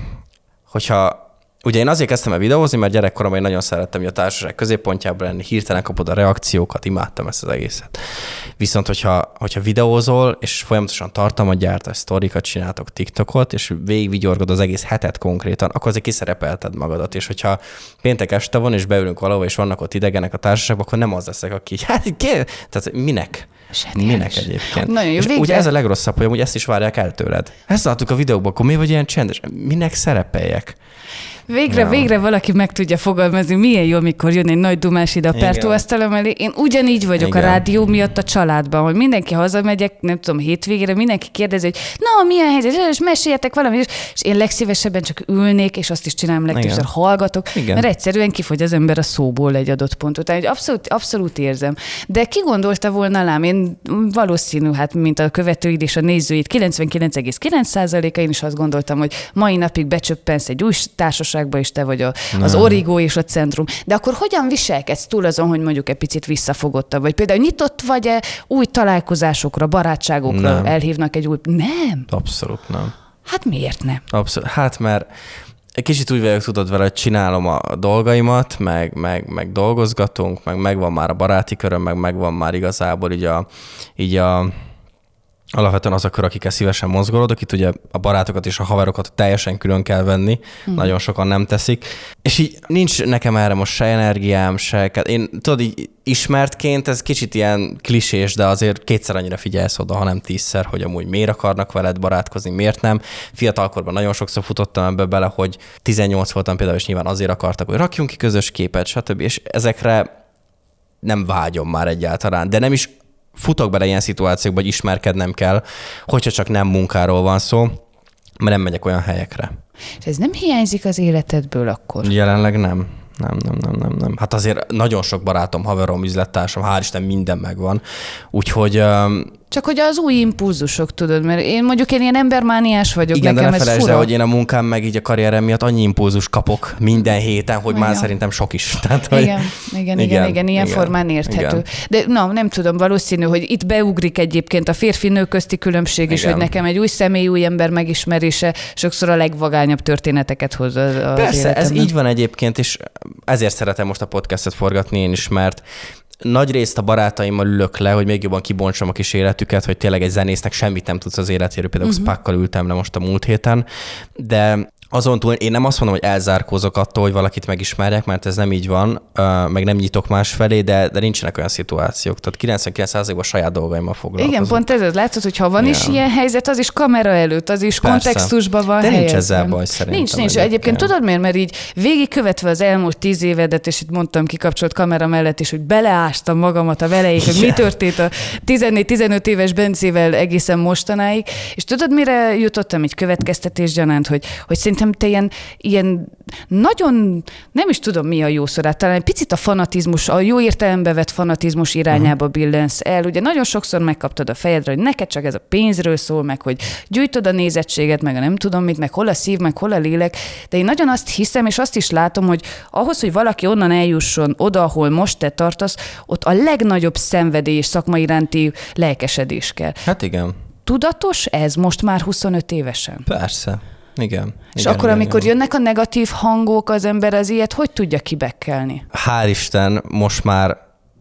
hogyha ugye én azért kezdtem el videózni, mert gyerekkoromban én nagyon szerettem, hogy a társaság középpontjában lenni, hirtelen kapod a reakciókat, imádtam ezt az egészet. Viszont, hogyha, hogyha videózol, és folyamatosan tartalmat gyártasz, sztorikat csináltok, TikTokot, és végigvigyorgod az egész hetet konkrétan, akkor azért kiszerepelted magadat. És hogyha péntek este van, és beülünk valahova, és vannak ott idegenek a társaságban, akkor nem az leszek, aki, hát tehát minek? Zseniális. Minek egyébként? Nagyon jó, és végre... ugye ez a legrosszabb, hogy amúgy ezt is várják el tőled. Ezt láttuk a videóban, akkor mi vagy ilyen csendes? Minek szerepeljek? Végre, ja. végre valaki meg tudja fogalmazni, milyen jó, mikor jön egy nagy dumás ide a Pertó asztalom elé. Én ugyanígy vagyok Igen. a rádió miatt a családban, hogy mindenki hazamegyek, nem tudom, hétvégére, mindenki kérdezi, hogy na, milyen helyzet, és meséljetek valamit, és én legszívesebben csak ülnék, és azt is csinálom, legtöbbször hallgatok, Igen. mert egyszerűen kifogy az ember a szóból egy adott pont után, hogy abszolút, abszolút érzem. De ki gondolta volna lám, én valószínű, hát mint a követőid és a nézőid, kilencvenkilenc egész kilenc százaléka én is azt gondoltam, hogy mai napig becsöppensz egy új társaságba, és te vagy a, az origó és a centrum. De akkor hogyan viselkedsz túl azon, hogy mondjuk egy picit visszafogottabb? Vagy például nyitott vagy-e új találkozásokra, barátságokra, nem. elhívnak egy új... Nem? Abszolút nem. Hát miért nem? Abszolút. Hát mert egy kicsit úgy vagyok, tudod vele, hogy csinálom a dolgaimat, meg, meg, meg dolgozgatunk, meg megvan már a baráti köröm, meg megvan már igazából így a, így a alapvetően az a kör, akikkel szívesen mozgolódok, itt ugye a barátokat és a haverokat teljesen külön kell venni, mm. nagyon sokan nem teszik, és így nincs nekem erre most se energiám, se... Én tudod, így ismertként ez kicsit ilyen klisés, de azért kétszer annyira figyelsz oda, hanem tízszer, hogy amúgy miért akarnak veled barátkozni, miért nem. Fiatalkorban nagyon sokszor futottam ebbe bele, hogy tizennyolc voltam például, és nyilván azért akartak, hogy rakjunk ki közös képet, stb. És ezekre nem vágyom már egyáltalán, de nem is futok bele ilyen szituációkba, hogy ismerkednem kell, hogyha csak nem munkáról van szó, mert nem megyek olyan helyekre. És ez nem hiányzik az életedből akkor? Jelenleg nem. Nem, nem, nem, nem, nem. Hát azért nagyon sok barátom, haverom, üzlettársam, hál' Isten minden megvan. Úgyhogy... Um, Csak hogy az új impulzusok, tudod, mert én mondjuk én ilyen embermániás vagyok, igen, nekem de ne ez felejtsd fura. el, hogy én a munkám meg így a karrierem miatt annyi impulzus kapok minden héten, hogy igen. már szerintem sok is. Tehát, hogy... igen, igen, igen, igen, igen, ilyen igen, formán érthető. Igen. De na, nem tudom, valószínű, hogy itt beugrik egyébként a férfi-nő közti különbség is, igen. hogy nekem egy új személy, új ember megismerése sokszor a legvagányabb történeteket hoz az Persze, életemben. Ez így van egyébként, és ezért szeretem most a podcastet forgatni én is, mert nagy részt a barátaimmal ülök le, hogy még jobban kibontsam a kis életüket, hogy tényleg egy zenésznek semmit nem tudsz az életéről. Például uh-huh. Spakkal ültem le most a múlt héten, de azon túl én nem azt mondom, hogy elzárkózok attól, hogy valakit megismerjek, mert ez nem így van, meg nem nyitok más felé, de, de nincsenek olyan szituációk. Tehát kilencvenkilenc százalékban saját dolgaimmal foglalkozom. Igen, pont ez az. Látod, hogy ha van ja. is ilyen helyzet, az is kamera előtt, az is Persze. kontextusban van de helyezve. nincs ezzel baj szerintem. Nincs, nincs. Egyébként tudod miért? Mert így végigkövetve az elmúlt tíz évedet, és itt mondtam kikapcsolt kamera mellett is, hogy beleástam magamat a velejéig, hogy mi történt a tizennégy-tizenöt éves Bencével egészen mostanáig. És tudod, mire jutottam egy következtetés gyanánt, hogy, hogy szerintem te ilyen, ilyen nagyon, nem is tudom mi a jó szó rá, talán egy picit a fanatizmus, a jó értelembe vett fanatizmus irányába billensz el. Ugye nagyon sokszor megkaptad a fejedre, hogy neked csak ez a pénzről szól, meg hogy gyűjtöd a nézettséget, meg a nem tudom mit, meg hol a szív, meg hol a lélek, de én nagyon azt hiszem, és azt is látom, hogy ahhoz, hogy valaki onnan eljusson oda, ahol most te tartasz, ott a legnagyobb szenvedély és szakma iránti lelkesedés kell. Hát igen. Tudatos ez most már huszonöt évesen? Persze. Igen. És igen, akkor, igen, amikor igen. jönnek a negatív hangok, az ember az ilyet hogy tudja kibekkelni? Hál' Isten, most már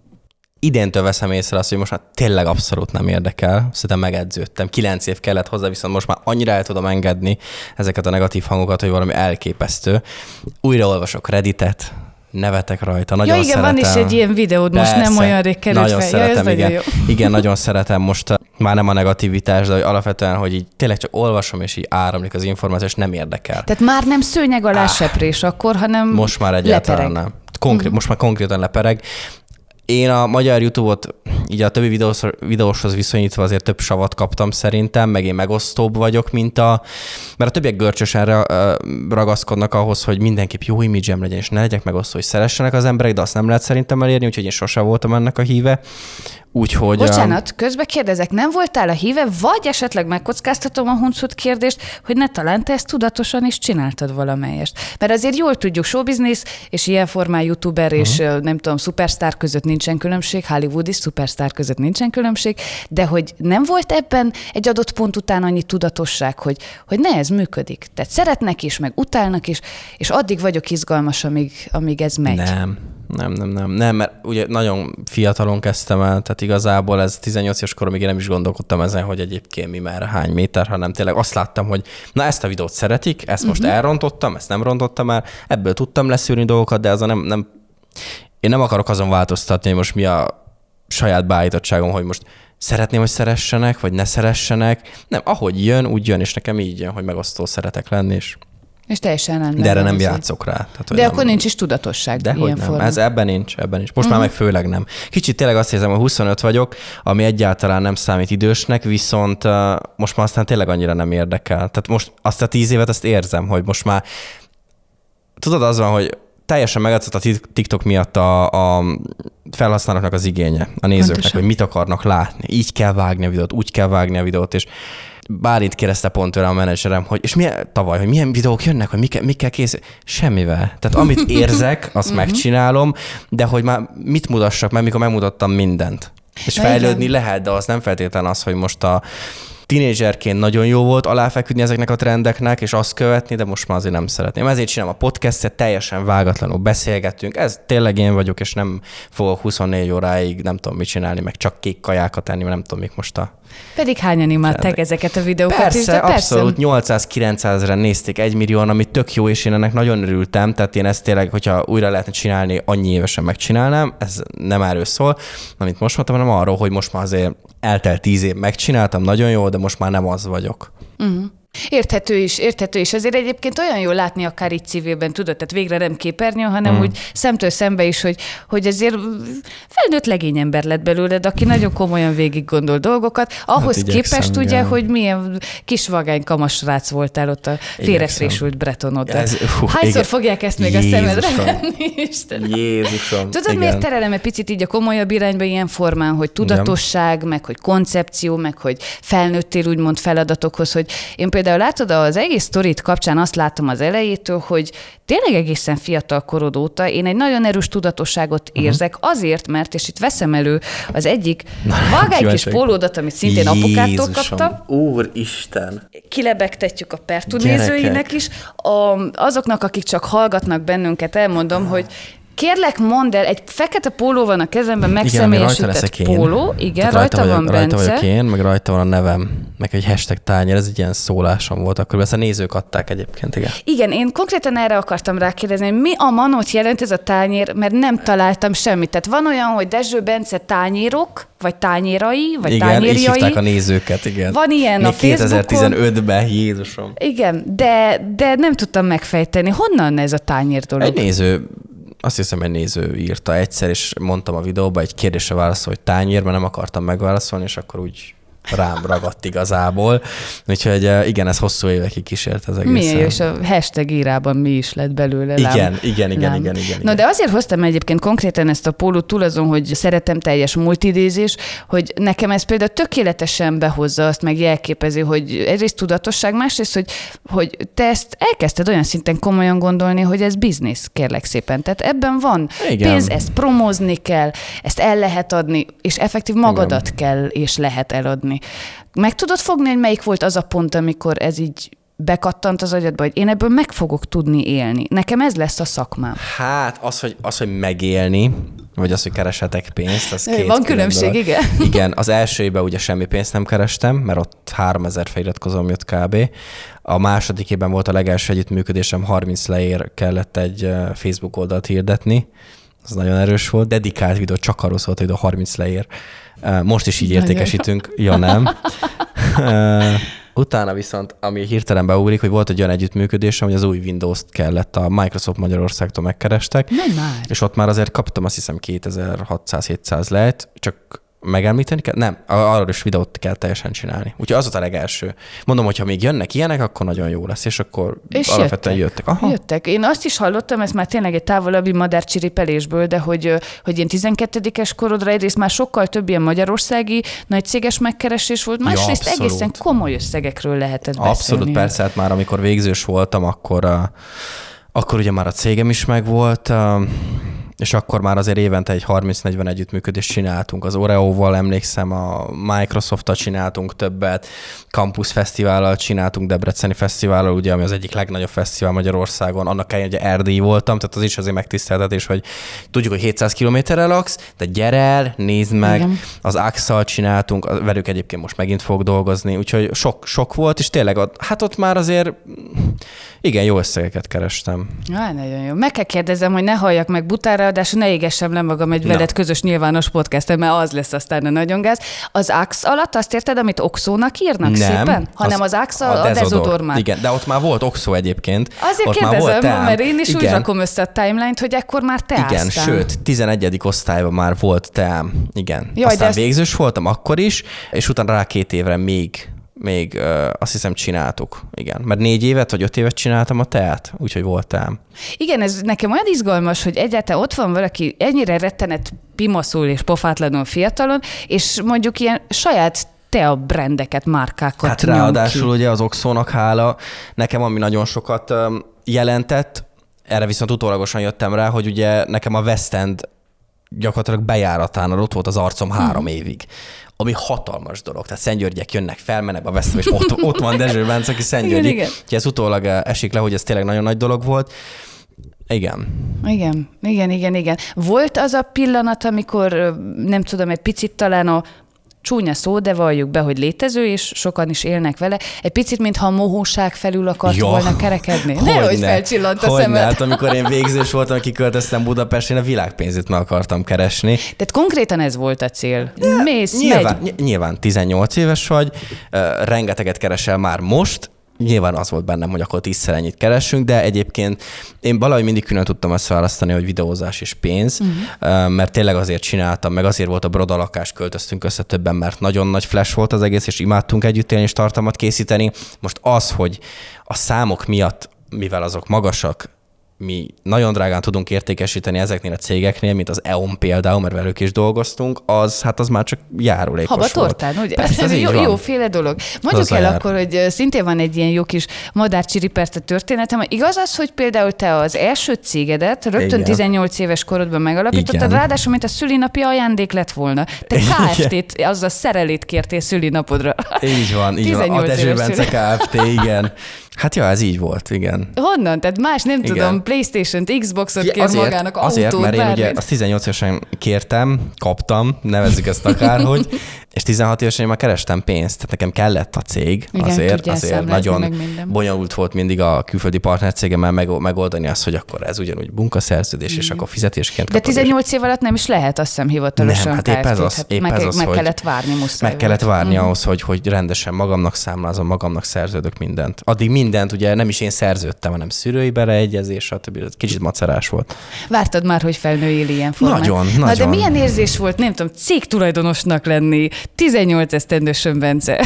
idéntől veszem észre azt, hogy most már tényleg abszolút nem érdekel. Szerintem megedződtem. Kilenc év kellett hozzá, viszont most már annyira el tudom engedni ezeket a negatív hangokat, hogy valami elképesztő. Újraolvasok Redditet, nevetek rajta, nagyon ja, igen, szeretem. van is egy ilyen videód, most Persze, nem olyan rég került nagyon fel. szeretem, ja, igen. Nagyon Igen, nagyon szeretem most már nem a negativitás, de hogy alapvetően, hogy így tényleg csak olvasom, és így áramlik az információ, és nem érdekel. Tehát már nem szőnyeg alá ah, seprés akkor, hanem most már egyáltalán lepereg. nem. Konkrét, uh-huh. Most már konkrétan lepereg. Én a magyar YouTube-ot így a többi videós, videóshoz viszonyítva azért több savat kaptam szerintem, meg én megosztóbb vagyok, mint a... Mert a többiek görcsösen ragaszkodnak ahhoz, hogy mindenképp jó imidzsem legyen, és ne legyek megosztó, hogy szeressenek az emberek, de azt nem lehet szerintem elérni, úgyhogy én sose voltam ennek a híve. Úgyhogy... Bocsánat, a... közbe kérdezek, nem voltál a híve, vagy esetleg megkockáztatom a huncut kérdést, hogy ne talán te ezt tudatosan is csináltad valamelyest. Mert azért jól tudjuk, showbiznisz és ilyen formán youtuber uh-huh. és nem tudom, szupersztár között nincsen különbség, Hollywood is szupersztár között nincsen különbség, de hogy nem volt ebben egy adott pont után annyi tudatosság, hogy, hogy ne, ez működik. Tehát szeretnek is, meg utálnak is, és addig vagyok izgalmas, amíg, amíg ez megy. Nem. Nem, nem, nem, nem, mert ugye nagyon fiatalon kezdtem el, tehát igazából ez tizennyolc éves koromig én nem is gondolkodtam ezen, hogy egyébként mi már hány méter, hanem tényleg azt láttam, hogy na ezt a videót szeretik, ezt most uh-huh. elrontottam, ezt nem rontottam el, ebből tudtam leszűrni dolgokat, de az a nem, nem, én nem akarok azon változtatni, hogy most mi a saját beállítottságom, hogy most szeretném, hogy szeressenek, vagy ne szeressenek. Nem, ahogy jön, úgy jön, és nekem így jön, hogy megosztó szeretek lenni, és És teljesen rendben. De erre nem játszok rá. Tehát, de nem, akkor nincs is tudatosság. De hogy nem. Ez ebben nincs, ebben nincs. Most uh-huh. már meg főleg nem. Kicsit tényleg azt érzem, hogy huszonöt vagyok, ami egyáltalán nem számít idősnek, viszont uh, most már aztán tényleg annyira nem érdekel. Tehát most azt a tíz évet azt érzem, hogy most már tudod, az van, hogy teljesen megadott a TikTok miatt a, a felhasználóknak az igénye, a nézőknek, Pontosan. Hogy mit akarnak látni. Így kell vágni a videót, úgy kell vágni a videót, és Bálint kérdezte pont tőle a menedzserem, hogy és milyen, tavaly, hogy milyen videók jönnek, hogy mikkel, mikkel készül. Semmivel. Tehát amit érzek, azt megcsinálom, de hogy már mit mutassak meg, mikor megmutattam mindent. És fejlődni lehet, de az nem feltétlenül az, hogy most a tínédzserként nagyon jó volt aláfeküdni ezeknek a trendeknek, és azt követni, de most már azért nem szeretném. Ezért csinálom a podcastet, teljesen vágatlanul beszélgetünk. Ez tényleg én vagyok, és nem fogok huszonnégy óráig nem tudom mit csinálni, meg csak kék kajákat enni, mert nem tudom, mik most a... Pedig hányan imádták ezeket a videókat persze, is, de persze. Abszolút, nyolcszáz-kilencszázezren nézték, egy millióan, ami tök jó, és én ennek nagyon örültem, tehát én ezt tényleg, hogyha újra lehetne csinálni, annyi évesen megcsinálnám, ez nem erről szól, amit most mondtam, hanem arról, hogy most már azért eltelt tíz év, megcsináltam, nagyon jó, de most már nem az vagyok. Uh-huh. Érthető is, érthető is. Azért egyébként olyan jó látni akár így cívében, tudod, tehát végre nem képernyő, hanem mm. úgy szemtől szembe is, hogy, hogy azért felnőtt legényember lett belőled, aki nagyon komolyan végig gondol dolgokat. Ahhoz hát képest ugye, igen. hogy milyen kis vagány kamasrác voltál ott a félrefrésült Bretonoddal. Ez, uh, Hányszor igen. fogják ezt még Jézusom. A szemedre venni, Istenem? Jézusom. Tudod, igen. miért terelem egy picit így a komolyabb irányba ilyen formán, hogy tudatosság, igen. meg hogy koncepció, meg hogy felnőttél úgymond feladatokhoz, hogy én például látod, az egész sztorit kapcsán azt látom az elejétől, hogy tényleg egészen fiatal korod óta én egy nagyon erős tudatosságot érzek, uh-huh. azért, mert, és itt veszem elő az egyik vagány kis pólódat, amit szintén Jézusom. Apukától kaptam. Úristen! Kilebegtetjük a Pertú nézőinek is. A, azoknak, akik csak hallgatnak bennünket, elmondom, hogy kérlek, mondd el, egy fekete póló van a kezemben, megszemélyesített póló. Igen, rajta, rajta van Bence. Rajta vagyok én, meg rajta van a nevem, meg egy hashtag tányér, ez egy ilyen szólásom volt akkor, ezt a nézők adták egyébként, igen. Igen, én konkrétan erre akartam rákérdezni, hogy mi a manót jelent ez a tányér, mert nem találtam semmit. Tehát van olyan, hogy Dezső Bence tányérok, vagy tányérai, vagy igen, tányérjai. Igen, így hívták a nézőket, igen. Van ilyen még a Facebookon. kétezer-tizenötben, Jézusom. Igen, de, de nem tudtam megfejteni. Honnan ez a tányér dolog? Egy néző, azt hiszem, egy néző írta egyszer, és mondtam a videóban, egy kérdésre válaszol, hogy tányér, mert nem akartam megválaszolni, és akkor úgy rám ragadt igazából. Úgyhogy igen, ez hosszú évekig kísért az egészen. Milyen jó, és a hashtag írában mi is lett belőle. Igen, lám. igen, igen, igen, igen. Na de azért hoztam egyébként konkrétan ezt a pólót túl azon, hogy szeretem teljes multidézés, hogy nekem ez például tökéletesen behozza azt, meg jelképezi, hogy egyrészt tudatosság, másrészt, hogy, hogy te ezt elkezdted olyan szinten komolyan gondolni, hogy ez biznisz, kérlek szépen. Tehát ebben van igen. pénz, ezt promózni kell, ezt el lehet adni, és effektív magadat igen. kell és lehet eladni. Meg tudod fogni, hogy melyik volt az a pont, amikor ez így bekattant az agyadba, hogy én ebből meg fogok tudni élni. Nekem ez lesz a szakmám. Hát az, hogy, az, hogy megélni, vagy az, hogy keresetek pénzt, az két Van különbség, dolog. Igen. Igen, az első évben ugye semmi pénzt nem kerestem, mert ott háromezer feliratkozóm jött kb. A második évben volt a legelső együttműködésem, harminc leér kellett egy Facebook oldalt hirdetni. Az nagyon erős volt. Dedikált videó, csak arról szólt, hogy a harminc leér. Most is így értékesítünk. Ja, nem. Utána viszont, ami hirtelen beugrik, hogy volt egy olyan együttműködésem, hogy az új Windows-t kellett, a Microsoft Magyarországtól megkerestek. Nem már. És ott már azért kaptam azt hiszem kétezer-hatszáz-hétszáz lehet, csak megemlíteni kell? Nem, arról is videót kell teljesen csinálni. Úgyhogy az volt a legelső. Mondom, hogyha még jönnek ilyenek, akkor nagyon jó lesz, és akkor és alapvetően jöttek. jöttek. Aha. Jöttek. Én azt is hallottam, ez már tényleg egy távolabbi madárcsiripelésből, de hogy, hogy én tizenkettedikes korodra egyrészt már sokkal több ilyen magyarországi nagy céges megkeresés volt, másrészt ja, egészen komoly összegekről lehetett beszélni. Abszolút, persze, hát már amikor végzős voltam, akkor, uh, akkor ugye már a cégem is megvolt, uh, és akkor már azért évente egy harminc-negyven együttműködést csináltunk. Az Oreóval emlékszem, a Microsofttal csináltunk többet, Campus Fesztivállal csináltunk, Debreceni Fesztivállal, ugye, ami az egyik legnagyobb fesztivál Magyarországon. Annak ellenére, hogy erdélyi voltam, tehát az is azért megtiszteltetés, hogy tudjuk, hogy hétszáz kilométerre laksz, de gyere el, nézd meg. Igen. Az Axal csináltunk, velük egyébként most megint fogok dolgozni, úgyhogy sok, sok volt, és tényleg hát ott már azért igen, jó összegeket kerestem. Á, nagyon jó. Meg kell kérdezem, hogy ne halljak meg butára, ráadásul ne égessem le magam egy veled no. közös nyilvános podcasten, mert az lesz aztán a nagyon gáz. Az Axe alatt azt érted, amit Oxónak írnak nem, szépen? Hanem az, az Axe a, a dezodormát. Igen, de ott már volt Oxó egyébként. Azért ott kérdezem, már mert én is igen. úgy rakom össze a timeline-t, hogy ekkor már teáztál. Igen, sőt, tizenegyedik osztályban már volt teám. Igen. Jaj, aztán ezt... végzős voltam akkor is, és utána rá két évre még még uh, azt hiszem csináltuk, igen. Mert négy évet vagy öt évet csináltam a teát, úgyhogy voltám. Igen, ez nekem olyan izgalmas, hogy egyáltalán ott van valaki ennyire rettenet pimaszul és pofátlanul fiatalon, és mondjuk ilyen saját tea brandeket, márkákat hát ráadásul ki. Ugye az Oxónak hála, nekem ami nagyon sokat um, jelentett, erre viszont utólagosan jöttem rá, hogy ugye nekem a West End gyakorlatilag bejáratánál ott volt az arcom három hmm. évig. Ami hatalmas dolog. Tehát Szentgyörgyek jönnek, felmennek a West End, és ott, ott van Dezső Bence, aki Szentgyörgyi. Úgyhogy ez utólag esik le, hogy ez tényleg nagyon nagy dolog volt. Igen. Igen, igen, igen, igen. Volt az a pillanat, amikor nem tudom, egy picit talán a csúnya szó, de valljuk be, hogy létező, és sokan is élnek vele. Egy picit, mintha a mohóság felül akart ja. volna kerekedni. Nehogy ne. felcsillant a hogy szemed. Hát, amikor én végzős voltam, kiköltöztem Budapesten, a világpénzét meg akartam keresni. Tehát konkrétan ez volt a cél. De Mész, nyilván, megy. Nyilván tizennyolc éves vagy, uh, rengeteget keresel már most, nyilván az volt bennem, hogy akkor tízszer ennyit keresünk, de egyébként én valahogy mindig külön tudtam összeválasztani, hogy videózás és pénz, uh-huh. mert tényleg azért csináltam, meg azért volt a Broda lakás, költöztünk össze többen, mert nagyon nagy flash volt az egész, és imádtunk együtt élni és tartalmat készíteni. Most az, hogy a számok miatt, mivel azok magasak, mi nagyon drágán tudunk értékesíteni ezeknél a cégeknél, mint az é o en például, mert velük is dolgoztunk, az hát az már csak járulékos volt. Habatortán, ugye? Persze, ez jó, jóféle dolog. Mondjuk el jár. Akkor, hogy szintén van egy ilyen jó kis madárcsiriperte történetem. Igaz az, hogy például te az első cégedet rögtön igen. tizennyolc éves korodban megalapítottad, igen. ráadásul, mint a szülinapi ajándék lett volna. Te Kft-t, az a szerelét kértél szülinapodra. Így van, így van. A Dezső Bence Kft, igen. Hát ja, ez így volt, igen. Honnan? Tehát más nem igen. tudom, PlayStation-t, Xboxot kér azért, magának, azért, autót, mert én bármit. ugye azt tizennyolc évesen kértem, kaptam, nevezzük ezt akárhogy, és tizenhat évesen én már kerestem pénzt, tehát nekem kellett a cég, igen, azért, azért nagyon bonyolult volt mindig a külföldi partnercégemmel megoldani azt, hogy akkor ez ugyanúgy munkaszerződés, mm. és akkor fizetésként kapod. De tizennyolc év alatt nem is lehet, azt hiszem hivatalosan. Nem, hát épp ez az, hát épp meg, ez az, meg hogy kellett várni, muszáj. Meg kellett várni mm. ahhoz, hogy, hogy rendesen magamnak számlázom, magamnak szerződök mindent. Addig mindent, ugye nem is én szerződtem, hanem szűrői beleegyezés, stb. Kicsit macerás volt. Vártad már, hogy felnőjél ilyen formán? Nagyon, Na, nagyon. De milyen érzés volt, nem tudom, cégtulajdonosnak lenni, tizennyolc esztendősön, Bence?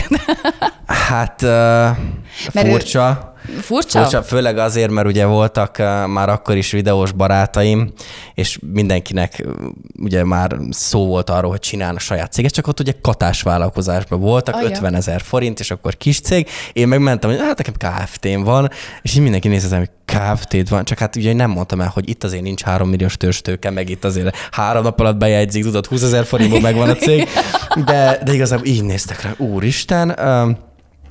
Hát uh, furcsa. Furcsa? Furcsa, főleg azért, mert ugye voltak uh, már akkor is videós barátaim, és mindenkinek uh, ugye már szó volt arról, hogy csinálna saját céget, csak ott ugye katás vállalkozásban voltak, Aja. ötvenezer forint, és akkor kis cég. Én meg mentem, hogy hát nekem Kft-m van, és így mindenki nézett, hogy Kft-d van, csak hát ugye nem mondtam el, hogy itt azért nincs három milliós törzstőke, meg itt azért három nap alatt bejegyzik, tudod, húszezer forintból megvan a cég, de, de igazából így néztek rá, úristen. Uh,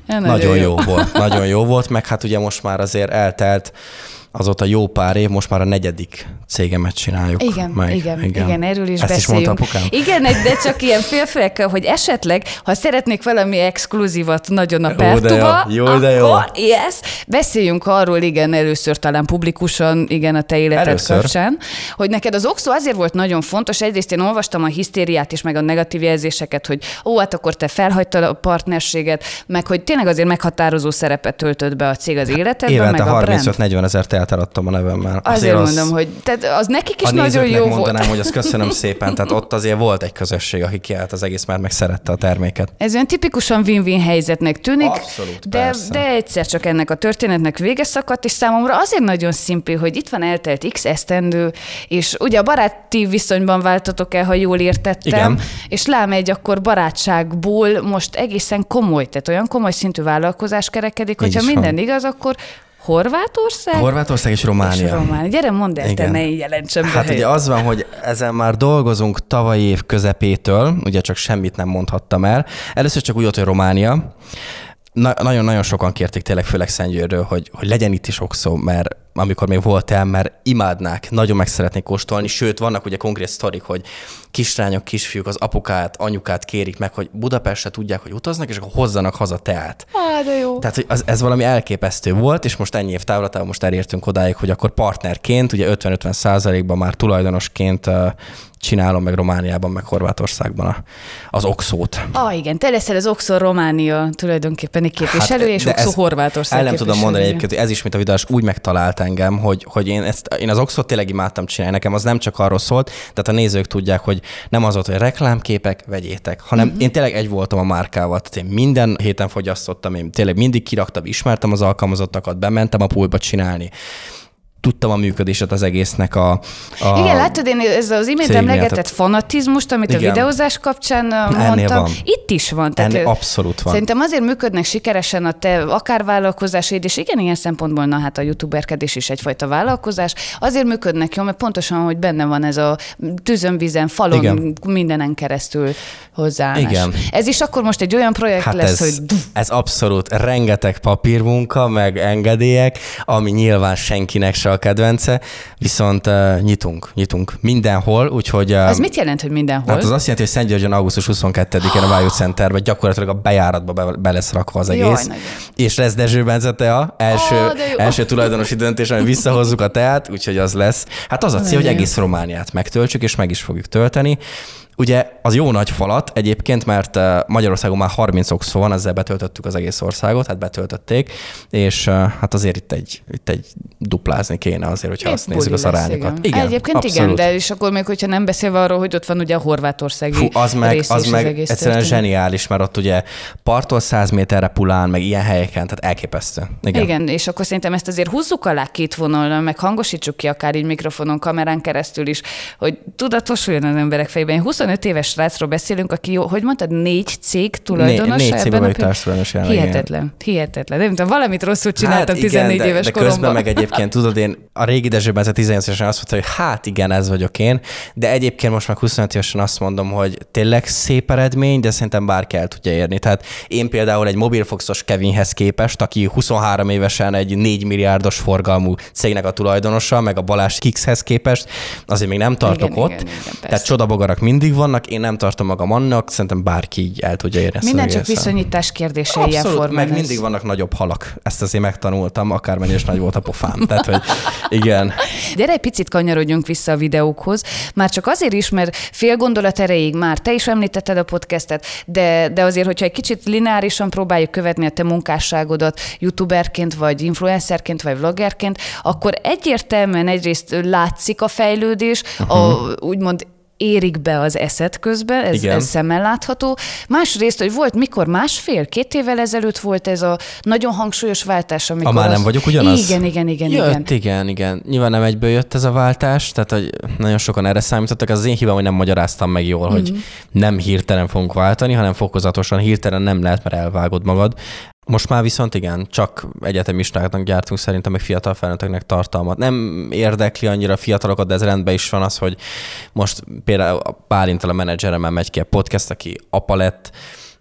Ja, nagyon, nagyon jó. jó volt, nagyon jó volt, meg hát ugye most már azért eltelt azóta jó pár év, most már a negyedik cégemet csináljuk. Igen, meg. igen, igen, igen, erről is Ezt beszéljünk. Is mondta apukám? Igen, de csak ilyen félfélekkel, hogy esetleg, ha szeretnék valami exkluzívat nagyon a Pertuba, jó, jó, de jó. akkor yes, beszéljünk arról, igen, először talán publikusan, igen, a te életed először. kapcsán, hogy neked az Oxo azért volt nagyon fontos, egyrészt én olvastam a hisztériát is, meg a negatív jelzéseket, hogy ó, hát akkor te felhagytad a partnerséget, meg hogy tényleg azért meghatározó szerepet töltött be a cég az életedben, évente meg a harmincöt-negyven ezer teát eladtam a nevemmel. Azért, azért az, mondom, hogy tehát az nekik is a nagyon jó volt. mondanám, hogy azt köszönöm szépen, tehát ott azért volt egy közösség, aki kiállt az egész, mert meg szerette a terméket. Ez olyan tipikusan win-win helyzetnek tűnik, abszolút, de, de egyszer csak ennek a történetnek vége szakadt, és számomra azért nagyon szimpli, hogy itt van eltelt x esztendő, és ugye a baráti viszonyban váltatok el, ha jól értettem, igen. És lám egy akkor barátságból most egészen komoly, tehát olyan komoly szintű vállalkozás kerekedik, hogyha minden van. Igaz, akkor Horvátország? Horvátország és Románia. És Románia. Gyere, mondd el, te ne így jelentsem be. Hát ugye az van, hogy ezen már dolgozunk tavalyi év közepétől, ugye csak semmit nem mondhattam el. Először csak úgy volt, hogy Románia. Na, nagyon-nagyon sokan kérték tényleg, főleg Szentgyőrről, hogy, hogy legyen itt is Oxo, mert amikor még voltál, mert imádnák, nagyon meg szeretnék kóstolni, sőt, vannak ugye konkrét sztorik, hogy kislányok, kisfiúk az apukát, anyukát kérik meg, hogy Budapestre tudják, hogy utaznak, és akkor hozzanak haza teát. Á, de jó. Tehát hogy az, ez valami elképesztő volt, és most ennyi év távlatában most elértünk odáig, hogy akkor partnerként, ugye ötven-ötven százalékban már tulajdonosként csinálom meg Romániában, meg Horvátországban a, az Oxót. Ah, igen, te leszel az Oxo Románia tulajdonképpeni képviselő, hát, és Oxo Horvátország el nem tudom mondani egyébként, hogy ez is, mint a videós, úgy megtalált engem, hogy, hogy én, ezt, én az Oxót tényleg imádtam csinálni. Nekem az nem csak arról szólt, tehát a nézők tudják, hogy nem az volt, hogy reklámképek, vegyétek, hanem uh-huh. én tényleg egy voltam a márkával. Tehát én minden héten fogyasztottam, én tényleg mindig kiraktam, ismertem az alkalmazottakat, bementem a pultba csinálni. Tudtam a működését az egésznek a, a igen, látod, én ez az imént emlegetett fanatizmust, amit igen. a videózás kapcsán mondtam, van. Itt is van. Tehát ennél abszolút van. Szerintem azért működnek sikeresen a te akár vállalkozásaid, és igen, ilyen szempontból, na hát a youtuberkedés is egyfajta vállalkozás, azért működnek jó, mert pontosan, hogy benne van ez a tűzön, vízen, falon, igen. mindenen keresztül hozzáállás. Igen. Ez is akkor most egy olyan projekt hát lesz, ez, hogy... Ez abszolút rengeteg papírmunka, meg engedélyek, ami nyilván senkinek se a kedvence, viszont uh, nyitunk, nyitunk mindenhol, úgyhogy... Uh, ez mit jelent, hogy mindenhol? Hát az azt jelenti, hogy Szentgyörgyön augusztus huszonkettedikén a Vájút Centerben gyakorlatilag a bejáratba be, be lesz rakva az egész. Jaj, nagyon. És lesz Dezső Bence tea, első, oh, első tulajdonosi döntés, hogy visszahozzuk a teát, úgyhogy az lesz. Hát az a cél, hogy egész Romániát megtöltsük, és meg is fogjuk tölteni. Ugye az jó nagy falat egyébként, mert Magyarországon már harminc Oxo van, ezzel betöltöttük az egész országot, hát betöltötték, és hát azért itt egy, itt egy duplázni kéne azért, hogyha Épp azt nézzük az arányokat. Igen, egyébként abszolút. Igen, de és akkor még, hogyha nem beszélve arról, hogy ott van ugye a horvátországi Fú, az meg, az az meg egyszerűen történet. Zseniális, mert ott ugye parttól száz méterre Pulán, meg ilyen helyeken, tehát elképesztő. Igen. Igen, és akkor szerintem ezt azért húzzuk alá két vonalra, meg hangosítsuk ki akár így mikrofonon, kamerán keresztül is, hogy tudatosuljon az emberek fejében. huszonöt éves srácról beszélünk, aki, jó, hogy mondtad, négy cég tulajdonosa? Négy, négy cég vagyok társadalmas jelenleg. Hihetetlen, hihetetlen. Nem tudom, valamit rosszul csináltam hát tizennégy igen, éves de, de koromban. közben meg egyébként tudod, én a régi Dezsőben ez a tizennyolc évesen azt mondta, hogy hát igen, ez vagyok én, de egyébként most meg huszonöt évesen azt mondom, hogy tényleg szép eredmény, de szerintem bárki el tudja érni. Tehát én például egy mobilfoxos Kevinhez képest, aki huszonhárom évesen egy négy milliárdos forgalmú cégnek a tulajdonosa, meg a Balázs Kikshez képest, azért még nem tartok igen, ott. Igen, igen, tehát csodabogarak mindig vannak, én nem tartom magam annak, szerintem bárki így el tudja érni. Minden csak viszonyítás kérdése ilyen formán. Meg ez. Mindig vannak nagyobb halak. Ezt azért megtanultam, akármennyire is nagy volt a pofám. Tehát, hogy igen. Gyere egy picit kanyarodjunk vissza a videókhoz. Már csak azért is, mert fél gondolat erejéig már te is említetted a podcastet, de, de azért, hogyha egy kicsit lineárisan próbáljuk követni a te munkásságodat youtuberként, vagy influencerként, vagy vloggerként, akkor egyértelműen egyrészt látszik a fejlődés, uh-huh. a, úgymond érik be az eszed közben, ez, ez szemmel látható. Másrészt, hogy volt mikor másfél, két évvel ezelőtt volt ez a nagyon hangsúlyos váltás, amikor... Ha már nem az... vagyok ugyanaz? Igen, igen, igen. Jött, igen. igen, igen. Nyilván nem egyből jött ez a váltás, tehát hogy nagyon sokan erre számítottak. Az az én hibám, hogy nem magyaráztam meg jól, mm-hmm. hogy nem hirtelen fogunk váltani, hanem fokozatosan, hirtelen nem lehet, mert elvágod magad. Most már viszont igen, csak egyetemistáknak gyártunk szerintem, meg fiatal felnőtteknek tartalmat. Nem érdekli annyira a fiatalokat, de ez rendben is van az, hogy most például Bálintal a menedzseremmel megy ki a podcast, aki apa lett,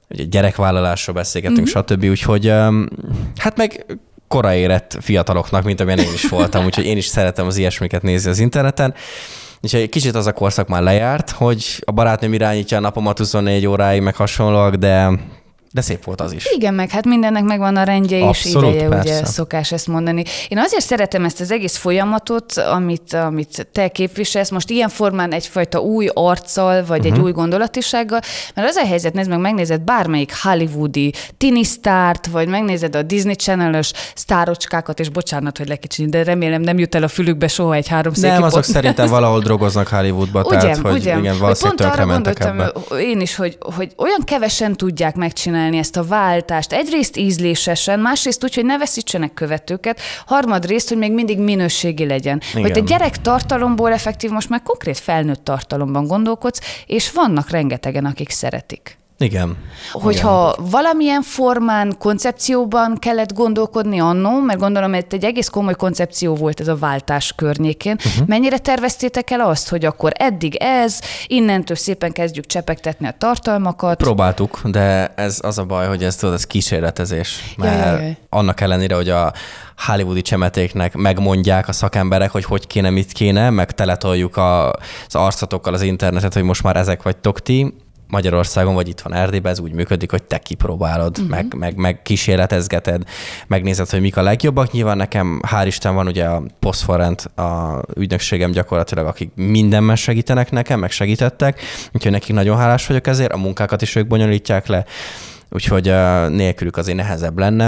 ugye gyerekvállalásról beszélgetünk, mm-hmm. stb. Úgyhogy hát meg korai érett fiataloknak, mint amilyen én is voltam, úgyhogy én is szeretem az ilyesmiket nézni az interneten. Úgyhogy egy kicsit az a korszak már lejárt, hogy a barátnőm irányítja a napomat huszonnégy óráig, meg hasonlóak, de de szép volt az is. Igen, meg hát mindennek megvan a rendje Abszolút, és ideje, persze. ugye szokás ezt mondani. Én azért szeretem ezt az egész folyamatot, amit, amit te képviselsz, most ilyen formán egyfajta új arccal, vagy uh-huh. egy új gondolatisággal, mert az a helyzet, nézd meg, megnézed bármelyik hollywoodi tini sztárt, vagy megnézed a Disney Channel-ös sztárocskákat, és bocsánat, hogy lekicsinyi, de remélem nem jut el a fülükbe soha egy háromszéki Nem, azok pont. Szerintem valahol drogoznak Hollywoodba, ugyan, tehát hogy ugyan. igen, valószínűleg tönkre mentek ebbe. Én is, hogy, hogy olyan kevesen tudják megcsinálni ezt a váltást. Egyrészt ízlésesen, másrészt úgy, hogy ne veszítsenek követőket, harmadrészt, hogy még mindig minőségi legyen. Igen. Hogy te gyerek tartalomból effektív most már konkrét felnőtt tartalomban gondolkodsz, és vannak rengetegen, akik szeretik. Igen. Hogyha Igen. valamilyen formán, koncepcióban kellett gondolkodni annó, mert gondolom, hogy egy egész komoly koncepció volt ez a váltás környékén, uh-huh. mennyire terveztétek el azt, hogy akkor eddig ez, innentől szépen kezdjük csepegtetni a tartalmakat? Próbáltuk, de ez az a baj, hogy ez, tudod, ez kísérletezés. Mert jaj, jaj. annak ellenére, hogy a hollywoodi csemetéknek megmondják a szakemberek, hogy hogy kéne, mit kéne, meg teletoljuk a, az arcatokkal az internetet, hogy most már ezek vagytok ti, Magyarországon, vagy itt van Erdélyben, ez úgy működik, hogy te kipróbálod, uh-huh. meg, meg, meg kísérletezgeted, megnézed, hogy mik a legjobbak. Nyilván nekem, hál' Isten, van ugye a Poszforrend, a ügynökségem gyakorlatilag, akik mindenben segítenek nekem, meg segítettek, úgyhogy nekik nagyon hálás vagyok ezért, a munkákat is ők bonyolítják le, úgyhogy uh, nélkülük azért nehezebb lenne.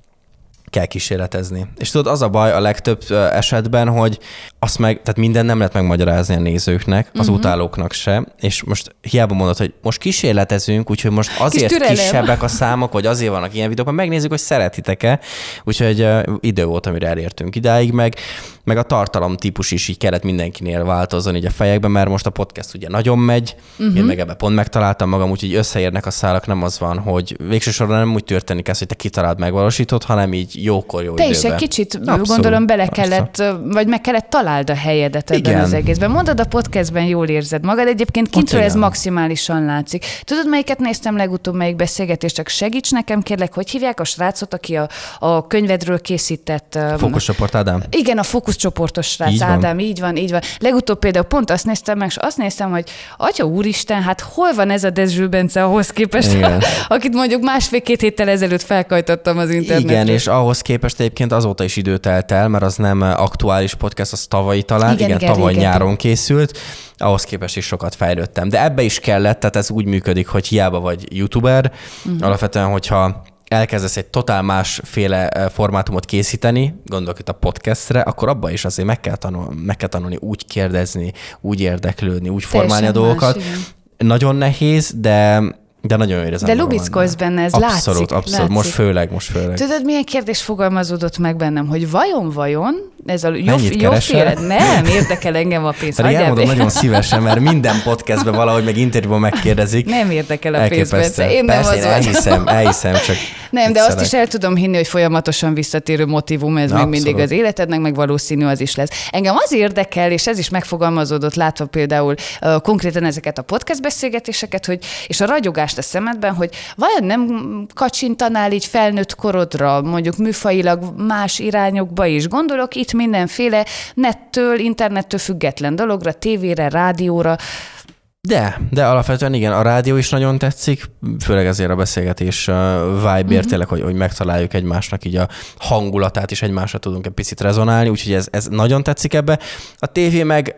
Kell kísérletezni. És tudod, az a baj a legtöbb esetben, hogy azt meg, tehát minden nem lehet megmagyarázni a nézőknek, az uh-huh. utálóknak se, és most hiába mondod, hogy most kísérletezünk, úgyhogy most azért Kis kisebbek a számok, vagy azért vannak ilyen videók, megnézzük, hogy szeretitek-e, úgyhogy uh, idő volt, amire elértünk idáig, meg, meg a tartalom típus is így kellett mindenkinél változni így a fejekben, mert most a podcast ugye nagyon megy, uh-huh. én meg ebbe pont megtaláltam magam, úgyhogy összeérnek a szálak, nem az van, hogy végső soron nem úgy történik ez, hogy te kitaláld, megvalósítod, hanem így jókor, jó Te időben. is egy kicsit, Abszolút, gondolom, bele persze. kellett, vagy meg kellett találd a helyedet ebben Igen. az egészben. Mondod, a podcastben jól érzed magad, egyébként kintről ez maximálisan látszik. Tudod, melyiket néztem legutóbb, melyik beszélgetést, csak segíts nekem, kérlek, hogy hívják a srácot, aki a, a könyvedről készített... Fókuszcsoport Ádám? Igen, a fókuszcsoportos srác, így Ádám, így van, így van. Legutóbb például pont azt néztem meg, és azt néztem, hogy atya úristen, hát hol van ez a Dezső Bence ahhoz képest, akit mondjuk másfél-két héttel ezelőtt felkajtottam az internetről. Igen, és ahhoz képest egyébként azóta is idő telt el, mert az nem aktuális podcast, az tavalyi talán, igen, igen, igen tavaly igen, nyáron készült, ahhoz képest is sokat fejlődtem. De ebbe is kellett, tehát ez úgy működik, hogy hiába vagy youtuber, uh-huh. alapvetően, hogyha elkezdesz egy totál másféle formátumot készíteni, gondolok itt a podcastre, akkor abba is azért meg kell, tanul, meg kell tanulni úgy kérdezni, úgy érdeklődni, úgy formálni Teljesen a dolgokat. Más, nagyon nehéz, de... De nagyon jó érezem. De lubickolsz benne, ez abszolút, látszik. Abszolút, abszolút. Látszik. Most főleg, most főleg. Tudod, milyen kérdés fogalmazódott meg bennem, hogy vajon, vajon, ez a jó, Mennyit jó féle, nem érdekel engem a pénz. Pedig elmondom nagyon szívesen, mert minden podcastben valahogy meg interjúban megkérdezik. Nem érdekel a pénz, Bence. Én Persze, nem az én elhiszem, elhiszem, csak nem, de szeretek. Azt is el tudom hinni, hogy folyamatosan visszatérő motivum, ez még mindig az életednek, meg valószínű az is lesz. Engem az érdekel, és ez is megfogalmazódott látva például uh, konkrétan ezeket a podcast beszélgetéseket, hogy, és a ragyogást a szemedben, hogy vajon nem kacsintanál így felnőtt korodra, mondjuk műfajilag más irányokba is. Gondolok itt mindenféle nettől, internettől független dologra, tévére, rádióra. De, de alapvetően igen, a rádió is nagyon tetszik, főleg ezért a beszélgetés uh, vibe-ért, uh-huh. tényleg, hogy, hogy megtaláljuk egymásnak így a hangulatát, és egymásra tudunk egy picit rezonálni, úgyhogy ez, ez nagyon tetszik ebbe. A tévé meg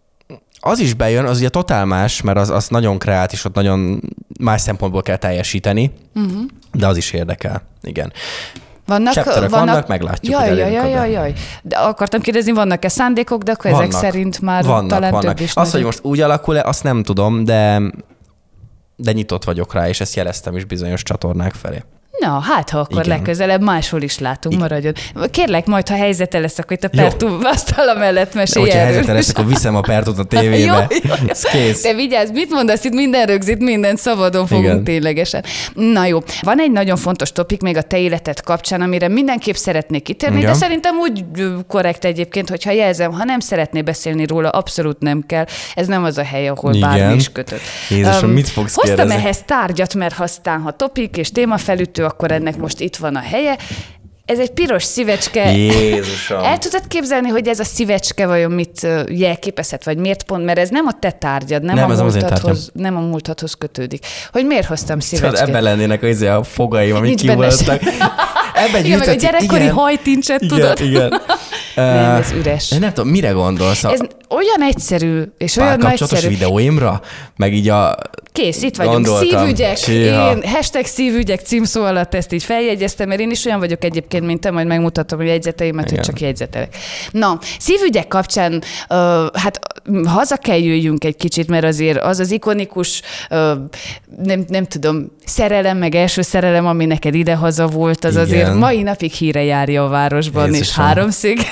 az is bejön, az ugye totál más, mert az, az nagyon kreált, és ott nagyon más szempontból kell teljesíteni, uh-huh. de az is érdekel, igen. Vannak, vannak, vannak, meglátjuk. Jaj, jaj, jaj, jaj, jaj. De akartam kérdezni, vannak-e szándékok, de akkor vannak, ezek szerint már vannak, talán vannak. több is. Az, hogy most úgy alakul-e, azt nem tudom, de, de nyitott vagyok rá, és ezt jeleztem is bizonyos csatornák felé. Na, hát ha akkor igen. legközelebb máshol is látunk, maradjon. Kérlek, majd ha helyzete lesz, akkor itt a Pertú asztala mellett mesélj erről. Ha helyzete lesz, akkor viszem a Pertút a tévébe. jó, jó. Ez kész. De vigyázz, mit mondasz, itt minden rögzít, minden szabadon fogunk igen. ténylegesen. Na jó, van egy nagyon fontos topik még a te életed kapcsán, amire mindenképp szeretnék kitérni, igen. de szerintem úgy korrekt egyébként, hogyha jelzem, ha nem szeretné beszélni róla, abszolút nem kell. Ez nem az a hely, ahol igen. bármi is kötött. Jézusom, um, mit fogsz hoztam kérdezni? ehhez tárgyat, mert aztán, ha topik és témafelütő, akkor ennek most itt van a helye. Ez egy piros szívecske. Jézusom. El tudod képzelni, hogy ez a szívecske vajon mit jelképezhet, vagy miért pont, mert ez nem a te tárgyad, nem, nem, a, múltadhoz, nem a múltadhoz kötődik. Hogy miért hoztam szívecskét? Tudod, ebben lennének az a fogaim, amik kivoltak. Ebben igen, meg a gyerekkori hajtincset, tudod? Igen, igen. Nem, ez üres. Nem tudom, mire gondolsz? Ez olyan egyszerű, és olyan nagyszerű. videóimra? Meg így a... Kész, itt vagyunk. Szívügyek. Csiha. Én hashtag szívügyek címszó alatt ezt így feljegyeztem, mert én is olyan vagyok egyébként, mint te, majd megmutatom a jegyzeteimet, igen. hogy csak jegyzetelek. Na, szívügyek kapcsán, uh, hát haza kell jöjjünk egy kicsit, mert azért az az ikonikus, uh, nem, nem tudom, szerelem, meg első szerelem, ami neked idehaza volt, az igen. azért mai napig híre járja a városban, Jézusom. És háromszéken.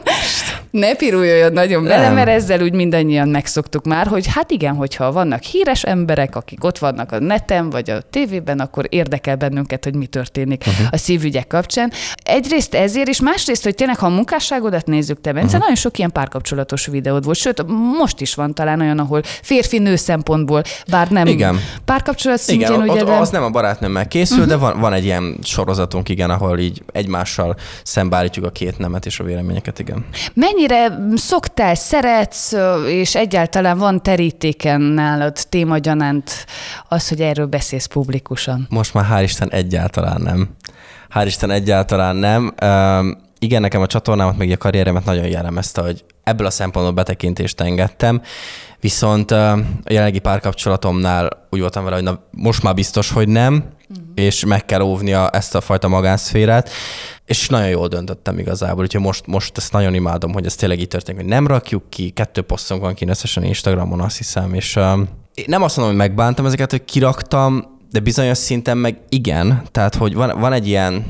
Ne piruljon nagyon bele, mert ezzel úgy mindannyian megszoktuk már, hogy hát igen, hogyha vannak híres emberek, akik ott vannak a neten, vagy a tévében, akkor érdekel bennünket, hogy mi történik uh-huh. a szívügyek kapcsán. Egyrészt ezért, és másrészt, hogy tényleg, ha a munkásságodat nézzük, te, Bence, uh-huh. nagyon sok ilyen párkapcsolatos videód volt, sőt, most is van talán olyan, ahol férfi-nő szempontból, bár nem igen. párkapcsolat szintjén. Igen, ugye, ott, de... az nem a barátnőmmel készül, uh-huh. de van, van egy ilyen sorozatunk, igen, ahol így egymással szembeállítjuk a két nemet és a véleményeket, igen. Mennyire szoktál, szeretsz, és egyáltalán van terítéken nálad témagyanánt az, hogy erről beszélsz publikusan? Most már hál' Isten egyáltalán nem. Hál' Isten egyáltalán nem. Uh, igen, nekem a csatornámat, meg a karrieremet nagyon jellemezte, hogy ebből a szempontból betekintést engedtem, viszont uh, a jelenlegi párkapcsolatomnál úgy voltam vele, hogy na, most már biztos, hogy nem, uh-huh. és meg kell óvnia ezt a fajta magánszférát, és nagyon jól döntöttem igazából, úgyhogy most, most ezt nagyon imádom, hogy ez tényleg így történik, hogy nem rakjuk ki, kettő posztunk van ki összesen Instagramon, azt hiszem, és uh, nem azt mondom, hogy megbántam ezeket, hogy kiraktam, de bizonyos szinten meg igen, tehát hogy van, van egy ilyen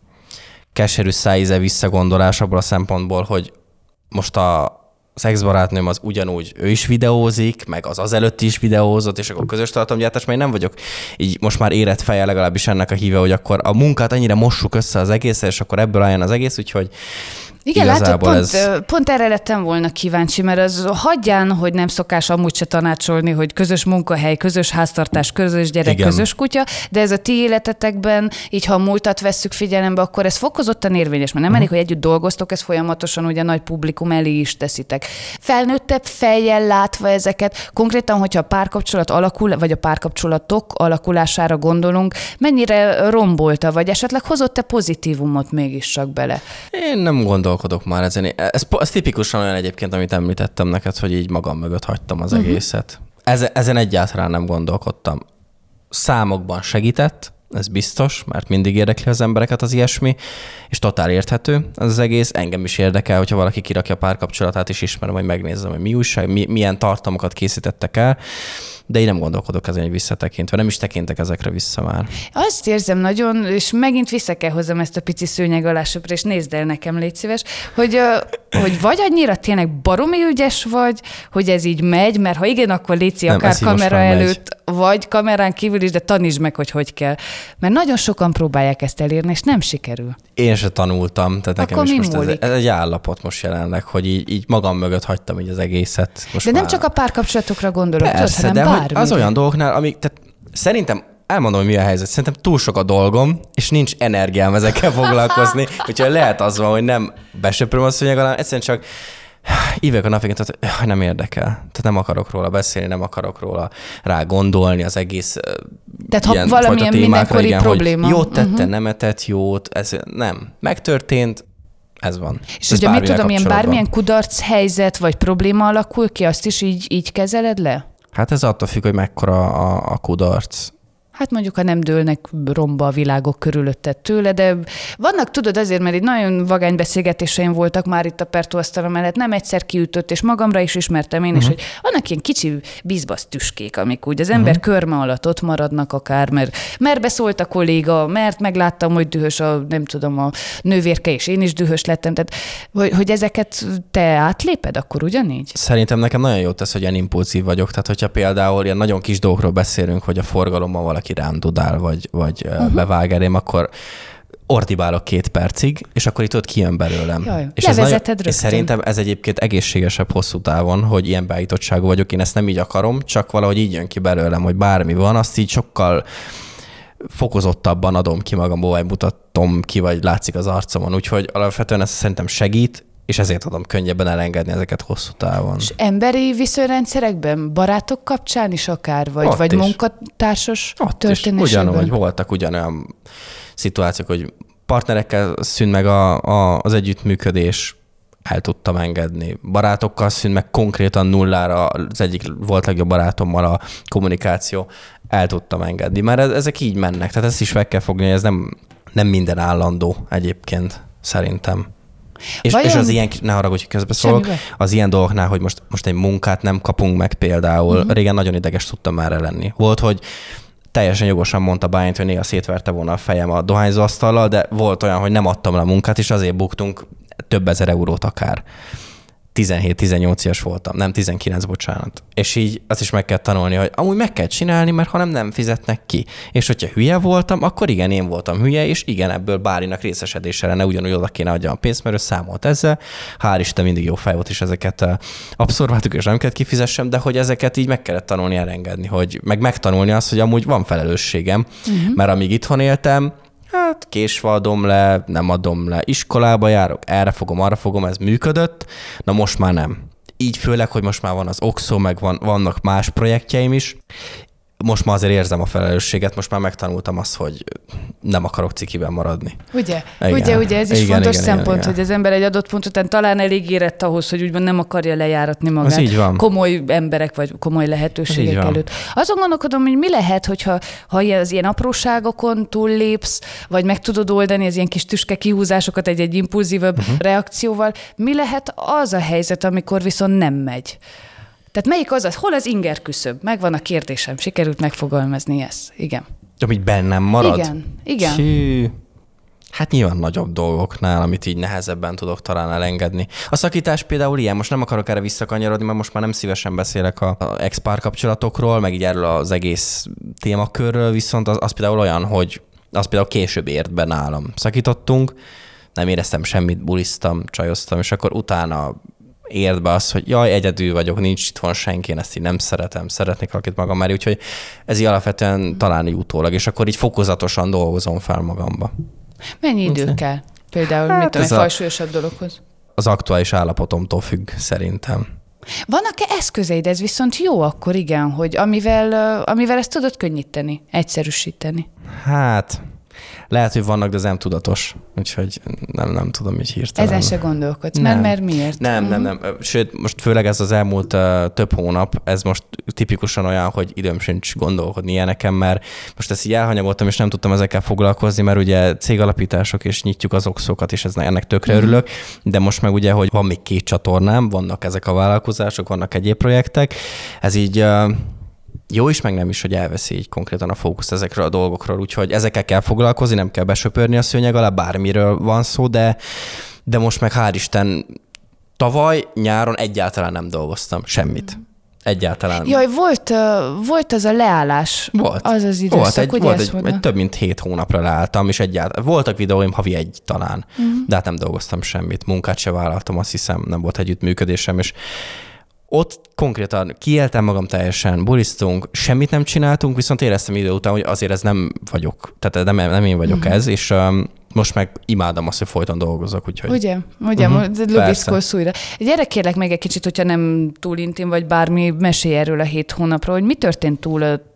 keserű szájíze visszagondolás abból a szempontból, hogy most a az ex-barátnőm az ugyanúgy, ő is videózik, meg az azelőtt is videózott, és akkor közös tartalomgyártás, mert én nem vagyok így most már érett fejjel legalábbis ennek a híve, hogy akkor a munkát ennyire mossuk össze az egészet, és akkor ebből álljon az egész, úgyhogy igen, látod, pont, ez... pont erre lettem volna kíváncsi, mert az hagyján, hogy nem szokás amúgy se tanácsolni, hogy közös munkahely, közös háztartás, közös gyerek, igen. közös kutya, de ez a ti életetekben, így ha a múltat vesszük figyelembe, akkor ez fokozottan érvényes, mert nem elég, uh-huh. hogy együtt dolgoztok, ez folyamatosan ugye nagy publikum elé is teszitek. Felnőttebb fejjel látva ezeket, konkrétan, hogyha a párkapcsolat alakul, vagy a párkapcsolatok alakulására gondolunk, mennyire rombolta, vagy esetleg hozott-e pozitívumot mégis csak bele? Én nem gondolom. Gondolkodok már ezen. Ez, ez tipikusan olyan egyébként, amit említettem neked, hogy így magam mögött hagytam az uh-huh. egészet. Ezen, ezen egyáltalán nem gondolkodtam. Számokban segített, ez biztos, mert mindig érdekli az embereket az ilyesmi, és totál érthető ez az egész. Engem is érdekel, hogyha valaki kirakja a párkapcsolatát, és ismerem, hogy megnézzem, hogy mi újság, mi, milyen tartalmakat készítettek el, de én nem gondolkodok ezen, hogy visszatekintve. Nem is tekintek ezekre vissza már. Azt érzem nagyon, és megint vissza kell hozzam ezt a pici szőnyeg alá söprést, és nézd el nekem, légy szíves, hogy, hogy vagy annyira tényleg baromi ügyes vagy, hogy ez így megy, mert ha igen, akkor létszi akár kamera előtt, megy. Vagy kamerán kívül is, de tanítsd meg, hogy hogy kell. Mert nagyon sokan próbálják ezt elérni, és nem sikerül. Én se tanultam, tehát nekem akkor is most ez, ez egy állapot most jelenleg, hogy így, így magam mögött hagytam így az egészet. Most de már... nem csak a párkapcsolatokra gondolok, persze, hanem de bármi. Az olyan dolgoknál, amik, tehát szerintem elmondom, hogy mi a helyzet. Szerintem túl sok a dolgom, és nincs energiám ezekkel foglalkozni. Úgyhogy lehet az van, hogy nem besöpröm a szőnyeg alá, egyszerűen csak ívek a napig, tehát nem érdekel. Tehát nem akarok róla beszélni, nem akarok róla rá gondolni az egész tehát ha valamilyen mindenkori igen, probléma. Hogy jót tette, uh-huh. nem etett jót, ez nem. Megtörtént, ez van. És ugye mit tudom, ilyen bármilyen kudarc helyzet vagy probléma alakul ki, azt is így, így kezeled le? Hát ez attól függ, hogy mekkora a, a kudarc. hát mondjuk, ha nem dőlnek romba a világok körülötted tőle, de vannak, tudod, azért, mert egy nagyon vagány beszélgetéseim voltak már itt a Pertó-asztala mellett, nem egyszer kiütött, és magamra is ismertem én is, uh-huh. hogy vannak ilyen kicsi bizbasz tüskék, amik úgy az ember uh-huh. körme alatt ott maradnak akár, mert, mert beszólt a kolléga, mert megláttam, hogy dühös a, nem tudom, a nővérke, és én is dühös lettem, tehát hogy, hogy ezeket te átléped akkor ugyanígy? Szerintem nekem nagyon jót tesz, hogy ilyen impulzív vagyok, tehát hogyha például ilyen nagyon kis dolgokról beszélünk, hogy a forgalomban valaki rám dudál, vagy, vagy uh-huh. bevág elém, akkor ordibálok két percig, és akkor itt tudod, kijön belőlem. Jaj, és, ez nagyon, és szerintem ez egyébként egészségesebb hosszú távon, hogy ilyen beállítottságú vagyok, én ezt nem így akarom, csak valahogy így jön ki belőlem, hogy bármi van, azt így sokkal fokozottabban adom ki magamból, vagy mutatom ki, vagy látszik az arcomon. Úgyhogy alapvetően ez szerintem segít, és ezért tudom könnyebben elengedni ezeket hosszú távon. És emberi viszonyrendszerekben, barátok kapcsán is akár, vagy, vagy munkatársas ott történésében? Ugyanúgy voltak ugyanolyan szituációk, hogy partnerekkel szűnt meg a, a, az együttműködés, el tudtam engedni. Barátokkal szűnt meg konkrétan nullára, az egyik volt legjobb barátommal a kommunikáció, el tudtam engedni. Mert ezek így mennek, tehát ezt is meg kell fogni, hogy ez nem, nem minden állandó egyébként, szerintem. És, és az ilyen, ne haragudj, hogy közbeszólok, az ilyen dolgoknál, hogy most, most egy munkát nem kapunk meg például, uh-huh. régen nagyon ideges tudtam már lenni. Volt, hogy teljesen jogosan mondta Bálint, hogy néha szétverte volna a fejem a dohányzóasztallal, de volt olyan, hogy nem adtam le a munkát, és azért buktunk több ezer eurót akár. tizenhét-tizennyolc éves voltam, nem tizenkilenc, bocsánat. És így azt is meg kell tanulni, hogy amúgy meg kell csinálni, mert ha nem, nem fizetnek ki. És hogyha hülye voltam, akkor igen, én voltam hülye, és igen, ebből Bálinak részesedése lenne, ugyanúgy oda kéne adjam a pénzt, mert ő számolt ezzel. Hál' Isten mindig jó fej volt, és ezeket abszorváltuk, és nem kellett kifizessem, de hogy ezeket így meg kellett tanulni elengedni, hogy meg megtanulni azt, hogy amúgy van felelősségem, uh-huh. mert amíg itthon éltem, hát késve adom le, nem adom le, iskolába járok, erre fogom, arra fogom, ez működött, na most már nem. Így főleg, hogy most már van az Oxo, meg van, vannak más projektjeim is, most már azért érzem a felelősséget, most már megtanultam azt, hogy nem akarok cikiben maradni. Ugye? Igen. Ugye, ugye, ez is igen, fontos igen, szempont, igen, hogy az ember egy adott pont után talán elég érett ahhoz, hogy úgymond nem akarja lejáratni magát. Az így van. Komoly emberek, vagy komoly lehetőségek előtt. Azon gondolkodom, hogy mi lehet, hogyha ha az ilyen apróságokon túllépsz, vagy meg tudod oldani az ilyen kis tüske kihúzásokat egy-egy impulzívabb uh-huh. reakcióval, mi lehet az a helyzet, amikor viszont nem megy? Tehát melyik az az? Hol az inger küszöb? Megvan a kérdésem. Sikerült megfogalmazni ezt. Igen. Amit bennem marad? Igen. Igen. Hű. Hát nyilván nagyobb dolgoknál, amit így nehezebben tudok talán elengedni. A szakítás például ilyen, most nem akarok erre visszakanyarodni, mert most már nem szívesen beszélek a ex-pár kapcsolatokról, meg így erről az egész témakörről, viszont az, az például olyan, hogy az például később ért be nálam. Szakítottunk, nem éreztem semmit, buliztam, csajoztam, és akkor utána ért be az, hogy jaj, egyedül vagyok, nincs itthon senki, én ezt így nem szeretem, szeretnék valakit magam mellé, úgyhogy ez így alapvetően talán így utólag, és akkor így fokozatosan dolgozom fel magamba. Mennyi idő Úgy kell? Például hát mit tudom, egy fajsúlyosabb dologhoz? Az aktuális állapotomtól függ, szerintem. Vannak-e eszközeid? Ez viszont jó akkor, igen, hogy amivel, amivel ezt tudod könnyíteni, egyszerűsíteni? Hát... Lehet, hogy vannak, de ez nem tudatos, úgyhogy nem, nem tudom így hirtelen. Ezen se gondolkodsz, mert, mert miért? Nem, nem, nem. Sőt, most főleg ez az elmúlt uh, több hónap, ez most tipikusan olyan, hogy időm sincs gondolkodni ilyeneken, mert most ezt így elhanyagoltam, és nem tudtam ezekkel foglalkozni, mert ugye cégalapítások, és nyitjuk az oxokat, és ez, ennek tökre mm. örülök, de most meg ugye, hogy van még két csatornám, vannak ezek a vállalkozások, vannak egyéb projektek, ez így... Uh, jó is, meg nem is, hogy elveszi így konkrétan a fókusz ezekről a dolgokról, úgyhogy ezekkel kell foglalkozni, nem kell besöpörni a szőnyeg alá, bármiről van szó, de, de most meg hál' Isten tavaly nyáron egyáltalán nem dolgoztam semmit. Egyáltalán. Jaj, volt, uh, volt az a leállás. Volt. Az az időszak, volt egy, ugye volt egy, egy több mint hét hónapra leálltam, és egyáltalán voltak videóim, havi egy talán, uh-huh. de hát nem dolgoztam semmit, munkát se vállaltam, azt hiszem, nem volt együttműködésem, és ott konkrétan kiéltem magam teljesen, buliztunk, semmit nem csináltunk, viszont éreztem idő után, hogy azért ez nem vagyok, tehát nem, nem én vagyok uh-huh. ez, és um, most meg imádom azt, hogy folyton dolgozok, úgyhogy... Ugye, ugye, uh-huh. lubiszkolsz újra. Gyere kérlek meg egy kicsit, hogyha nem túl intim, vagy bármi, mesélj erről a hét hónapról, hogy mi történt túl a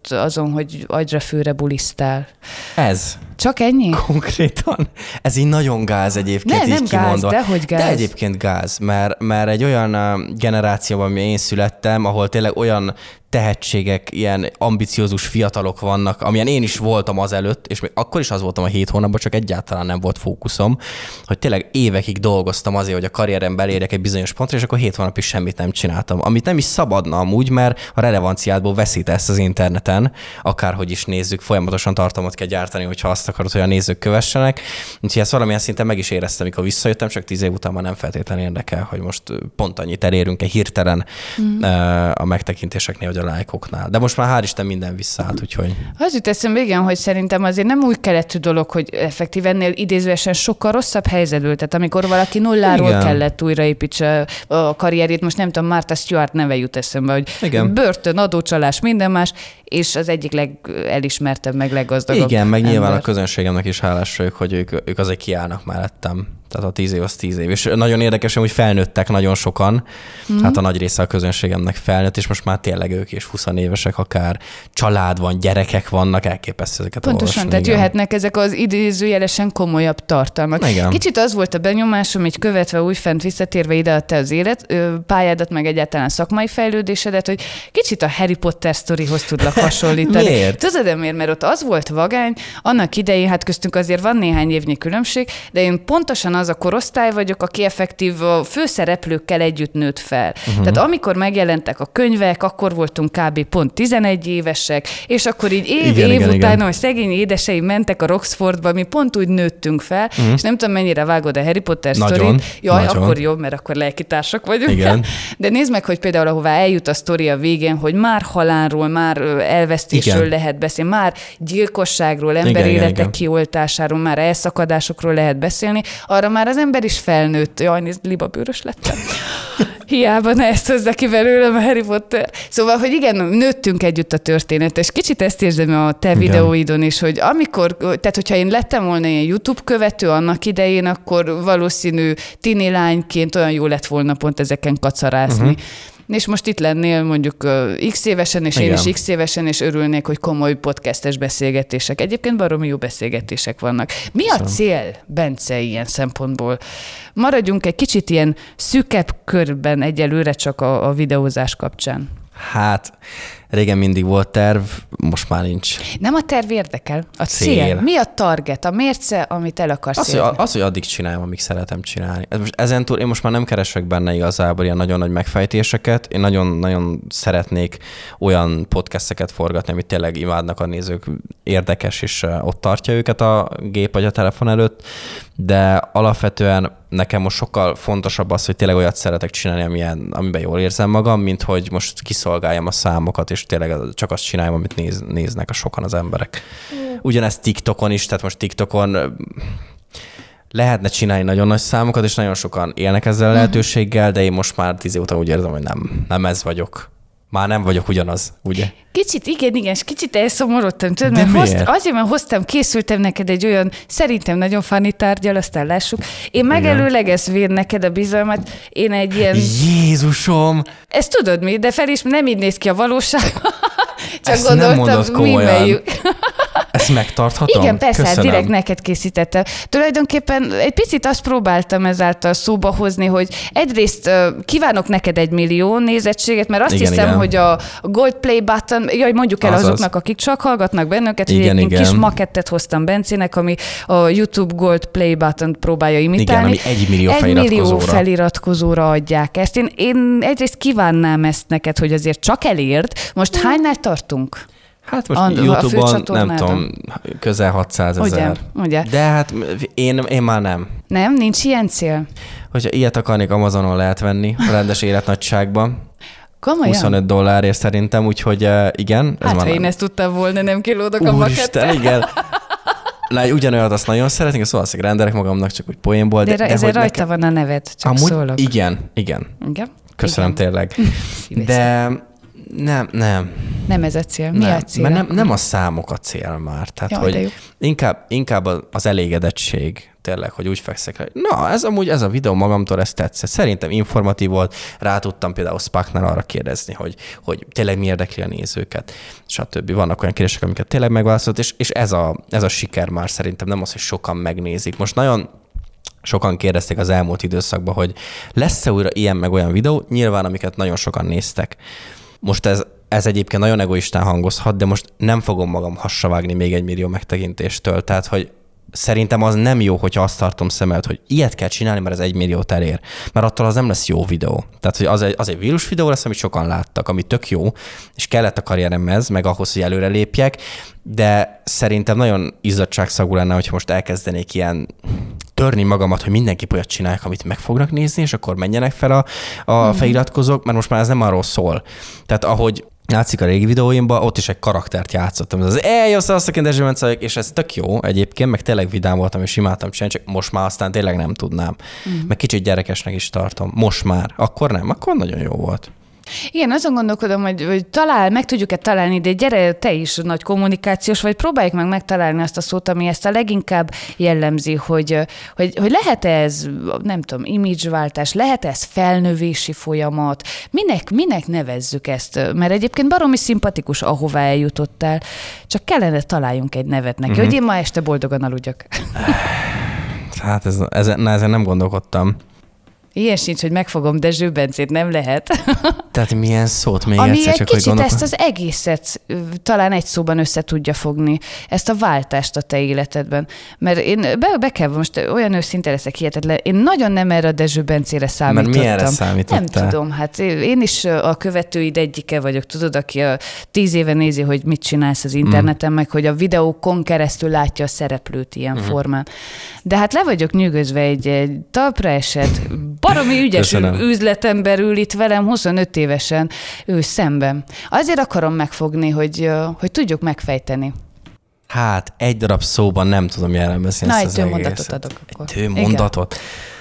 ott azon, hogy agyra főre bulisztál. Ez. Csak ennyi? Konkrétan. Ez így nagyon gáz egyébként, ne, így nem kimondva. Gáz, dehogy gáz. De egyébként gáz, mert, mert egy olyan generációban, amiben én születtem, ahol tényleg olyan tehetségek, ilyen ambiciózus fiatalok vannak, amilyen én is voltam azelőtt, és még akkor is az voltam a hét hónapban, csak egyáltalán nem volt fókuszom, hogy tényleg évekig dolgoztam azért, hogy a karrierem belérjek egy bizonyos pontra, és akkor hét hónapig semmit nem csináltam. Amit nem is szabadna amúgy, mert a relevanciádból veszítesz az interneten, akárhogy is nézzük, folyamatosan tartalmat kell gyártani, hogyha azt akarod, hogy a nézők kövessenek. Úgyhogy ezt valamilyen szinten meg is éreztem, amikor visszajöttem, csak tíz év után már nem feltétlenül érdekel, hogy most pont annyit elérünk-e hirtelen mm. a megtekintéseknél, vagy a lájkoknál. De most már hál' Isten minden visszaállt, úgyhogy... Az jut eszembe, igen, hogy szerintem azért nem új keletű dolog, hogy effektív ennél idézőesen sokkal rosszabb helyzetből. Tehát amikor valaki nulláról igen. kellett újraépítse a karrierét, most nem tudom, Martha Stewart neve jut eszembe, hogy igen. börtön, adócsalás, minden más, és az egyik legelismertebb, meg leggazdagabb igen, meg ember. Nyilván a közönségemnek is hálás vagyok, hogy ők, ők azért kiállnak mellettem. Tehát a tíz év az tíz év. És nagyon érdekesen, hogy felnőttek nagyon sokan. Mm. Hát a nagy része a közönségemnek felnőtt, és most már tényleg ők is huszonévesek, akár család van, gyerekek vannak, elképesztő ezeket pontosan, olvasni, tehát igen. jöhetnek ezek az idézőjelesen komolyabb tartalmak. Igen. Kicsit az volt a benyomásom, így követve újfent visszatérve ide a te az élet, pályádat, meg egyáltalán szakmai fejlődésedet, hogy kicsit a Harry Potter sztorihoz tudlak hasonlítani. Miért? Tudod-e miért? Mert ott az volt vagány, annak idején, hát köztünk azért van néhány évnyi különbség, de én pontosan az a korosztály vagyok, aki effektív a főszereplőkkel együtt nőtt fel. Uh-huh. Tehát amikor megjelentek a könyvek, akkor voltunk kb. Pont tizenegy évesek, és akkor így év, igen, év igen, után, igen. hogy szegény édeseim mentek a Roxfordba, mi pont úgy nőttünk fel, uh-huh. és nem tudom, mennyire vágod a Harry Potter sztorit. Jaj, nagyon. Akkor jó, mert akkor lelkitársak vagyunk. Igen. De nézd meg, hogy például ahová eljut a sztori a végén, hogy már halálról, már elvesztésről igen. lehet beszélni, már gyilkosságról, emberéletek kioltásáról, már elszakadásokról lehet beszélni, arra már az ember is felnőtt. Jaj, nézd, libabőrös lettem. Hiába ne ezt hozza ki belőlem a Harry Potter. Szóval, hogy igen, nőttünk együtt a történet, és kicsit ezt érzem a te igen. videóidon is, hogy amikor, tehát hogyha én lettem volna ilyen YouTube követő annak idején, akkor valószínű tini lányként olyan jó lett volna pont ezeken kacarázni. Uh-huh. És most itt lennél mondjuk uh, x évesen, és igen. én is x évesen, és örülnék, hogy komoly podcastes beszélgetések. Egyébként baromi jó beszélgetések vannak. Mi Köszönöm. A cél, Bence, ilyen szempontból? Maradjunk egy kicsit ilyen szűkebb körben egyelőre csak a, a videózás kapcsán. Hát, régen mindig volt terv, most már nincs. Nem a terv érdekel, a cél. cél. Mi a target, a mérce, amit el akarsz az, érni? hogy, az, hogy addig csinálom, amíg szeretem csinálni. Most ezen túl én most már nem keresek benne igazából ilyen nagyon nagy megfejtéseket. Én nagyon-nagyon szeretnék olyan podcasteket forgatni, amit tényleg imádnak a nézők, érdekes, és ott tartja őket a gép vagy a telefon előtt, de alapvetően nekem most sokkal fontosabb az, hogy tényleg olyat szeretek csinálni, amilyen, amiben jól érzem magam, mint hogy most kiszolgáljam a számokat, és tényleg csak azt csináljam, amit néz, néznek a sokan az emberek. Ugyanezt TikTokon is, tehát most TikTokon lehetne csinálni nagyon nagy számokat, és nagyon sokan élnek ezzel a lehetőséggel, de én most már tíz év után úgy érzem, hogy nem, nem ez vagyok. Már nem vagyok ugyanaz, ugye? Kicsit, igen, igen, és kicsit elszomorodtam, tudod, mert hozt, azért, mert hoztam, készültem neked egy olyan, szerintem nagyon funny tárgyal, aztán lássuk. Én megelőlegezvén neked a bizalmat, én egy ilyen... Jézusom! Ezt tudod mi, de fel is nem így néz ki a valóság. Csak ezt gondoltam, nem mondod komolyan. Ezt megtarthatom? Igen, persze, hát Köszönöm. direkt neked készítettem. Tulajdonképpen egy picit azt próbáltam ezáltal szóba hozni, hogy egyrészt kívánok neked egy millió nézettséget, mert azt igen, hiszem, igen. hogy a Gold Play Button, jaj, mondjuk el Azaz. azoknak, akik csak hallgatnak bennünket, hogy egy kis makettet hoztam Bencének, ami a YouTube Gold Play Button próbálja imitálni. Igen, ami egy millió egy feliratkozóra. millió feliratkozóra adják ezt. Én, én egyrészt kívánnám ezt neked, hogy azért csak elérd. Most hánynál tartunk? Hát most a, YouTube-on nem tudom, közel hatszázezer. Ugye? De hát én, én már nem. Nem? Nincs ilyen cél? Hogyha ilyet akarnék, Amazonon lehet venni, a rendes életnagyságban. Komolyan? huszonöt dollárért szerintem, úgyhogy uh, igen. Ez hát, ha én nem. ezt tudtam volna, nem kilódok a makettel. igen. Lá, ugyanolyat azt nagyon szeretnék, azt valószínűleg rendelek magamnak, csak úgy poénból. De, de, de ezért rajta nekem... van a neved, csak Amúgy szólok. Igen, igen. igen? Köszönöm igen. tényleg. De Nem, nem. Nem ez a cél. Mi nem, a cél? Mert nem, nem a számok a cél már. Tehát, Jaj, hogy inkább, inkább az elégedettség tényleg, hogy úgy fekszek rá. Na, ez amúgy ez a videó magamtól, ez tetszett. Szerintem informatív volt. Rá tudtam például Spaknál arra kérdezni, hogy, hogy tényleg mi érdekli a nézőket, stb. Vannak olyan kérdések, amiket tényleg megválaszolt, és, és ez, a, ez a siker már szerintem nem az, hogy sokan megnézik. Most nagyon sokan kérdezték az elmúlt időszakban, hogy lesz-e újra ilyen meg olyan videó, nyilván amiket nagyon sokan néztek. Most ez, ez egyébként nagyon egoistán hangozhat, de most nem fogom magam hassavágni még egy millió megtekintéstől. Tehát, hogy szerintem az nem jó, hogyha azt tartom szem előtt, hogy ilyet kell csinálni, mert ez egy milliót elér. Mert attól az nem lesz jó videó. Tehát, hogy az egy, az egy vírus videó lesz, amit sokan láttak, ami tök jó, és kellett a karrieremhez, meg ahhoz, hogy előre lépjek, de szerintem nagyon izzadságszagú lenne, hogyha most elkezdenék ilyen törni magamat, hogy mindenki olyat csinálják, amit meg fognak nézni, és akkor menjenek fel a, a feliratkozók, mert most már ez nem arról szól. Tehát ahogy látszik a régi videóimban, ott is egy karaktert játszottam. Ez az eljössz azt a Dezsőmencajok, és ez tök jó egyébként, meg tényleg vidám voltam, és imádtam csinálni, csak most már aztán tényleg nem tudnám. Mm. Meg kicsit gyerekesnek is tartom. Most már. Akkor nem, akkor nagyon jó volt. Igen, azon gondolkodom, hogy, hogy talál, meg tudjuk-e találni, de gyere, te is nagy kommunikációs, vagy próbáljuk meg megtalálni azt a szót, ami ezt a leginkább jellemzi, hogy, hogy, hogy lehet ez, nem tudom, imidzsváltás, lehet ez felnövési folyamat, minek, minek nevezzük ezt, mert egyébként baromi szimpatikus, ahová eljutottál, csak kellene találjunk egy nevet neki, uh-huh. hogy én ma este boldogan aludjak. Hát ez, ez, na, ezen nem gondolkodtam. Ilyen sincs, hogy megfogom Dezső Bencét, nem lehet. Tehát milyen szót még Ami egyszer egy csak, kicsit hogy gondolok... ezt az egészet talán egy szóban össze tudja fogni, ezt a váltást a te életedben. Mert én be, be kell, most olyan őszinte leszek, hihetetlen, én nagyon nem erre a Dezső Bencére számítottam. Mert milyenre számítottál? Nem tudom, hát én is a követőid egyike vagyok, tudod, aki a tíz éve nézi, hogy mit csinálsz az interneten, mm. meg hogy a videókon keresztül látja a szereplőt ilyen mm. formán. De hát le vagyok nyűgözve, egy, egy talpra esett, baromi ügyes Köszönöm. üzletember ül itt velem huszonöt évesen, ő szemben. Azért akarom megfogni, hogy, hogy tudjuk megfejteni. Hát egy darab szóban nem tudom jellemezni ezt Na, az egy tőmondatot egészet. adok akkor. Egy tőmondatot?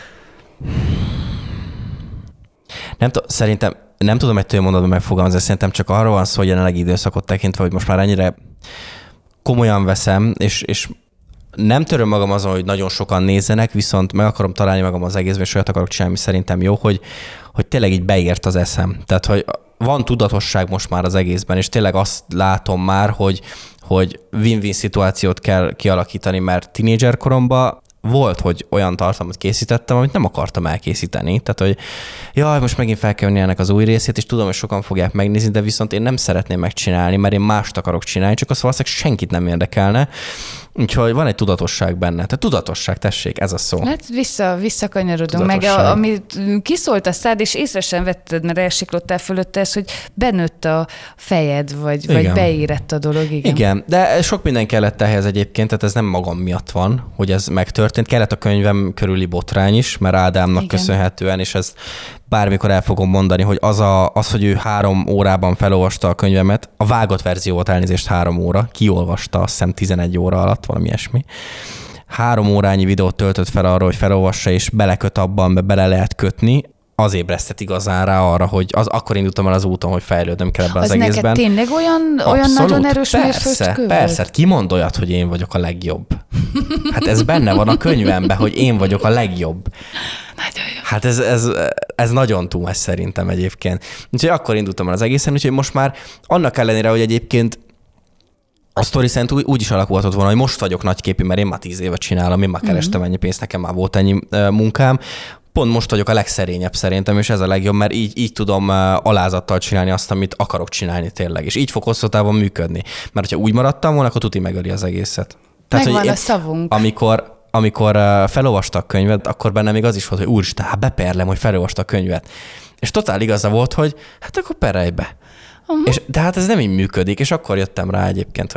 Nem tudom, szerintem nem tudom egy tőmondatban megfogalmazni, szerintem csak arról van szó, hogy jelenlegi időszakot tekintve, hogy most már ennyire komolyan veszem, és, és nem töröm magam azon, hogy nagyon sokan nézzenek, viszont meg akarom találni magam az egészben, és olyat akarok csinálni, szerintem jó, hogy, hogy tényleg így beért az eszem. Tehát, hogy van tudatosság most már az egészben, és tényleg azt látom már, hogy, hogy win-win szituációt kell kialakítani, mert tínédzser koromban volt, hogy olyan tartalmat készítettem, amit nem akartam elkészíteni. Tehát, hogy jaj, most megint fel kell venni ennek az új részét, és tudom, hogy sokan fogják megnézni, de viszont én nem szeretném megcsinálni, mert én mást akarok csinálni, csak azt valószínűleg senkit nem érdekelne. Úgyhogy van egy tudatosság benne. Tehát tudatosság, tessék, ez a szó. Hát vissza, visszakanyarodunk. Meg a, amit kiszólt a szád, és észre sem vetted, mert elsiklottál fölötte ez, hogy benőtt a fejed, vagy, vagy beérett a dolog. Igen. Igen, de sok minden kellett ehhez egyébként, tehát ez nem magam miatt van, hogy ez megtörtént. Kellett a könyvem körüli botrány is, mert Ádámnak Igen. köszönhetően, és ez bármikor el fogom mondani, hogy az, a, az, hogy ő három órában felolvasta a könyvemet, a vágott verzió volt, elnézést három óra, kiolvasta azt hiszem tizenegy óra alatt, valami ilyesmi. Három órányi videót töltött fel arra, hogy felolvassa, és beleköt abban, be bele lehet kötni, az ébresztett igazán rá arra, hogy az, akkor indultam el az úton, hogy fejlődöm kell ebben az, az egészben. Az neked tényleg olyan, olyan nagyon erős mérföldkő? Persze, hát ki mond olyat, hogy én vagyok a legjobb? Hát ez benne van a könyvemben, hogy én vagyok a legjobb. Nagyon jó. Hát ez, ez, ez nagyon túl más szerintem egyébként. Úgyhogy akkor indultam el az egészen, úgyhogy most már annak ellenére, hogy egyébként a sztori szerint úgy, úgy is alakulhatott volna, hogy most vagyok nagyképű, mert én már tíz évet csinálom, én már kerestem ennyi pénzt, nekem már volt ennyi munkám. Pont most vagyok a legszerényebb szerintem, és ez a legjobb, mert így, így tudom alázattal csinálni azt, amit akarok csinálni tényleg. És így fog hosszú távon működni. Mert ha úgy maradtam volna, akkor tuti megöli az egészet. Tehát, megvan a szavunk. Amikor, amikor felolvasta a könyvet, akkor benne még az is volt, hogy úristen, hát beperlem, hogy felolvasta a könyvet. És totál igaza volt, hogy hát akkor perelj be. Uh-huh. És, de hát ez nem így működik, és akkor jöttem rá egyébként, hogy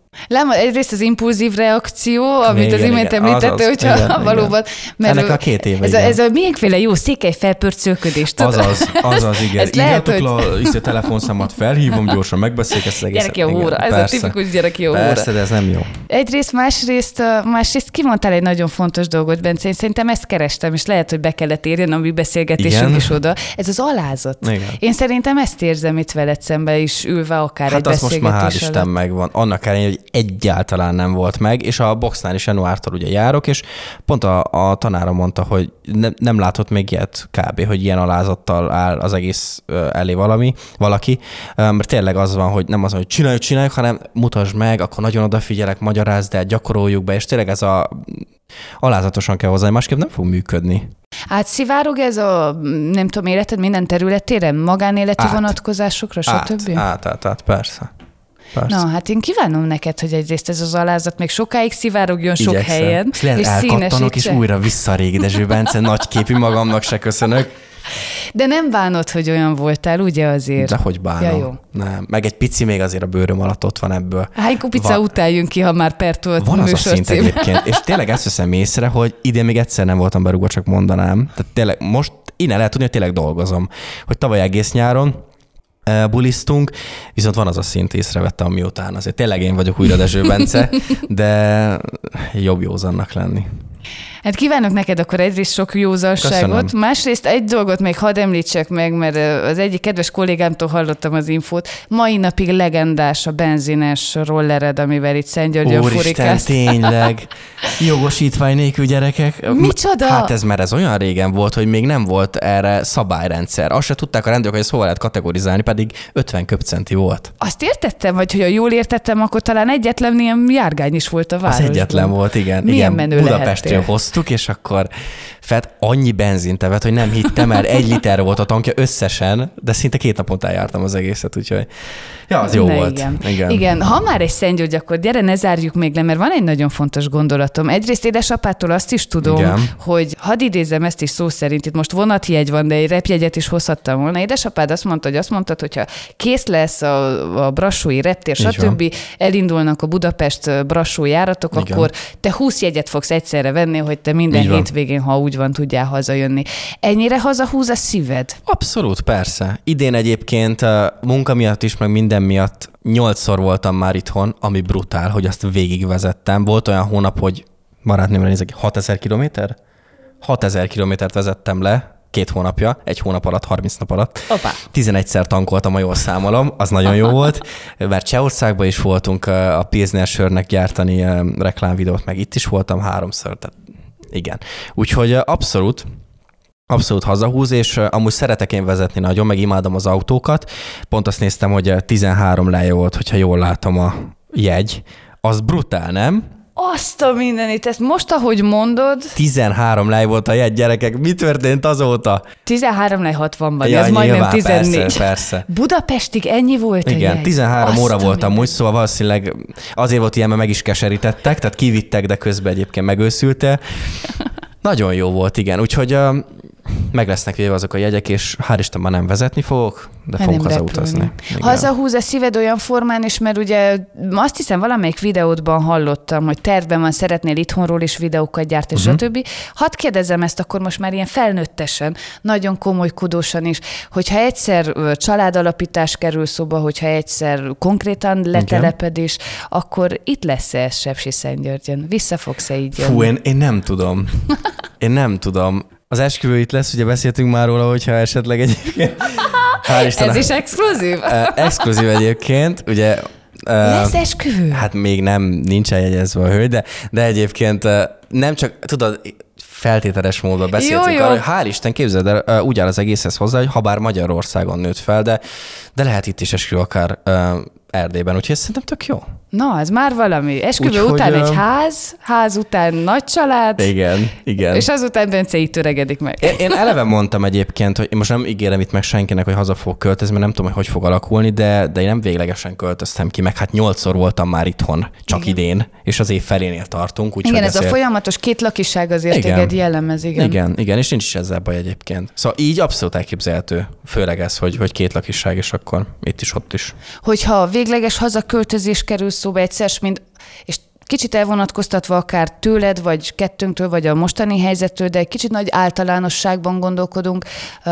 Lám, egyrészt az impulzív reakció, amit igen, az imént említette, hogyha igen, valóban... Mert ennek a két éve, ez, a, ez a milyenféle jó székely felpörcölködés, tudod? Azaz, azaz, igen. Írjátok hogy... le a, a telefonszámot, felhívom, gyorsan megbeszéljük ezt az egészet. Gyereki a hóra, ez persze. A tipikus gyereki a hóra. Persze, de ez nem jó. Egyrészt, másrészt, másrészt kimondtál egy nagyon fontos dolgot, Bence, én szerintem ezt kerestem, és lehet, hogy be kellett érjen a mi beszélgetésünk igen. is oda. Ez az alázat. Igen. Én szerintem ezt érzem itt veled szembe is ülve, akár hát egy beszélgetés most már hál' Isten megvan. Annak ellenére, hogy egyáltalán nem volt meg, és a boxnál is januártól ugye járok, és pont a, a tanára mondta, hogy ne, nem látott még ilyet kb., hogy ilyen alázattal áll az egész elé valami, valaki, mert tényleg az van, hogy nem az, hogy csináljuk, csináljuk, hanem mutasd meg, akkor nagyon odafigyelek, magyarázd el, gyakoroljuk be, és tényleg ez a alázatosan kell hozzá, másképp nem fog működni. Átszivárog ez a, nem tudom, életed minden területére, magánéleti át, vonatkozásokra, stb.? Át, át, át, persze. Persze. Na, hát én kívánom neked, hogy egyrészt ez az alázat még sokáig szivárogjon sok Igyekszem. helyen, és elkattanok, és újra vissza a régi Dezső Bence, nagy képű magamnak se köszönök. De nem bánod, hogy olyan voltál, ugye azért? De hogy bánom. Ja, jó. Nem. Meg egy pici még azért a bőröm alatt ott van ebből. Hány kupica van... után jön ki, ha már pertolt van az a szint egyébként. És tényleg ezt veszem észre, hogy idén még egyszer nem voltam berúgva, csak mondanám. Tehát tényleg most innen lehet tudni, hogy tényleg dolgozom. Hogy tavaly egész nyáron bulisztunk, viszont van az a szint, észrevette, amiután azért tényleg én vagyok újra Dezső Bence, de jobb józannak lenni. Hát kívánok neked akkor egyrészt sok józanságot, Köszönöm. Másrészt egy dolgot még hadd említsek meg, mert az egyik kedves kollégámtól hallottam az infót, mai napig legendás a benzines rollered, amivel itt Szentgyörgyön furikáztál. Tényleg, jogosítvány nélkül gyerekek. Micsoda? Hát ez már ez olyan régen volt, hogy még nem volt erre szabályrendszer. Azt se tudták a rendőrök, hogy ezt hova lehet kategorizálni, pedig ötven köbcenti volt. Azt értettem, vagy hogy ha jól értettem, akkor talán egyetlen ilyen járgány is volt a városban. Az egyetlen volt, igen. Milyen igen, menő Budapestről hoztuk, és akkor fett annyi benzint evett, hogy nem hittem el, egy liter volt a tankja összesen, de szinte két naponta jártam az egészet, úgyhogy ja, az jó ne, volt. Igen. Igen. igen, ha már egy Szentgyörgy, akkor gyere, ne zárjuk még le, mert van egy nagyon fontos gondolatom. Egyrészt édesapától azt is tudom, igen. hogy hadd idézem ezt is szó szerint, itt most vonatjegy van, de egy repjegyet is hozhattam volna. Édesapád azt mondta, hogy azt mondtad, hogyha kész lesz a, a brassói reptér, stb. Elindulnak a Budapest-Brassó járatok, igen. akkor te húsz jegyet fogsz egyszerre venni, hogy te minden hétvégén, ha úgy van, tudjál hazajönni. Ennyire hazahúz a szíved? Abszolút, persze. Idén egyébként munka miatt is, meg minden miatt nyolcszor voltam már itthon, ami brutál, hogy azt végigvezettem. Volt olyan hónap, hogy barátnőmre nézek, hatezer kilométer? hatezer kilométert vezettem le, két hónapja, egy hónap alatt, harminc nap alatt. Opa. tizenegyszer tankoltam, ha jól számolom, az nagyon jó volt, mert Csehországban is voltunk a Pilsner sörnek gyártani reklámvideót, meg itt is voltam háromszor, tehát igen. Úgyhogy abszolút, abszolút hazahúz, és amúgy szeretek én vezetni nagyon, meg imádom az autókat. Pont azt néztem, hogy tizenhárom leje volt, hogyha jól látom a jegy. Az brutál, nem? Azt a mindenit, ezt most, ahogy mondod... tizenhárom lej volt a jegy, gyerekek. Mi történt azóta? tizenhárom lej hatvanban, ja, ez nyilván, majdnem tizennégy. Persze, persze. Budapestig ennyi volt? Igen, tizenhárom óra volt amúgy, szóval valószínűleg azért volt ilyen, mert meg is keserítettek, tehát kivittek, de közben egyébként megőszültél. Nagyon jó volt, igen. Úgyhogy uh, meg lesznek véve azok a jegyek, és hál' Isten már nem vezetni fogok, de hát fogunk hazautazni. Hazahúz a szíved olyan formán is, mert ugye azt hiszem valamelyik videódban hallottam, hogy tervben van, szeretnél itthonról is videókat gyártani, uh-huh. stb. Hadd kérdezem ezt akkor most már ilyen felnőttesen, nagyon komolykodósan is, hogyha egyszer családalapítás kerül szóba, hogyha egyszer konkrétan letelepedés, igen. akkor itt lesz-e ez Sepsiszentgyörgyön? Vissza fogsz-e így jönni? Fú, én, én nem tudom. Én nem tudom. Az esküvő itt lesz, ugye beszéltünk már róla, hogyha esetleg egyébként... Ez is exkluzív? Exkluzív egyébként, ugye... Lesz esküvő? Hát még nem, nincs eljegyezve a hölgy, de, de egyébként nem csak, tudod, feltételes módon beszéltünk arra, hogy hál' Isten, képzeld el, úgy áll az egészhez hozzá, hogy ha bár Magyarországon nőtt fel, de, de lehet itt is esküvő akár Erdélyben, úgyhogy szerintem tök jó. Na, ez már valami. Esküvő úgy, után hogy, egy ház, ház után nagy család. Igen, igen. És azután Bence így töregedik meg. Én, én eleve mondtam egyébként, hogy én most nem ígérem itt meg senkinek, hogy haza fog költözni, mert nem tudom, hogy hogy fog alakulni, de, de én nem véglegesen költöztem ki, meg hát nyolcszor voltam már itthon, csak igen. idén, és az év felénél tartunk. Úgy, igen, ez ezért... a folyamatos két lakiság azért téged jellemez, igen. Igen, igen, és nincs is ezzel baj egyébként. Szóval így abszolút elképzelhető, főleg ez, hogy, hogy két lakiság, és akkor itt is, ott is. Hogyha végleges hazaköltözés kerül szóba egyszer, mind, és kicsit elvonatkoztatva akár tőled, vagy kettőnktől, vagy a mostani helyzettől, de egy kicsit nagy általánosságban gondolkodunk.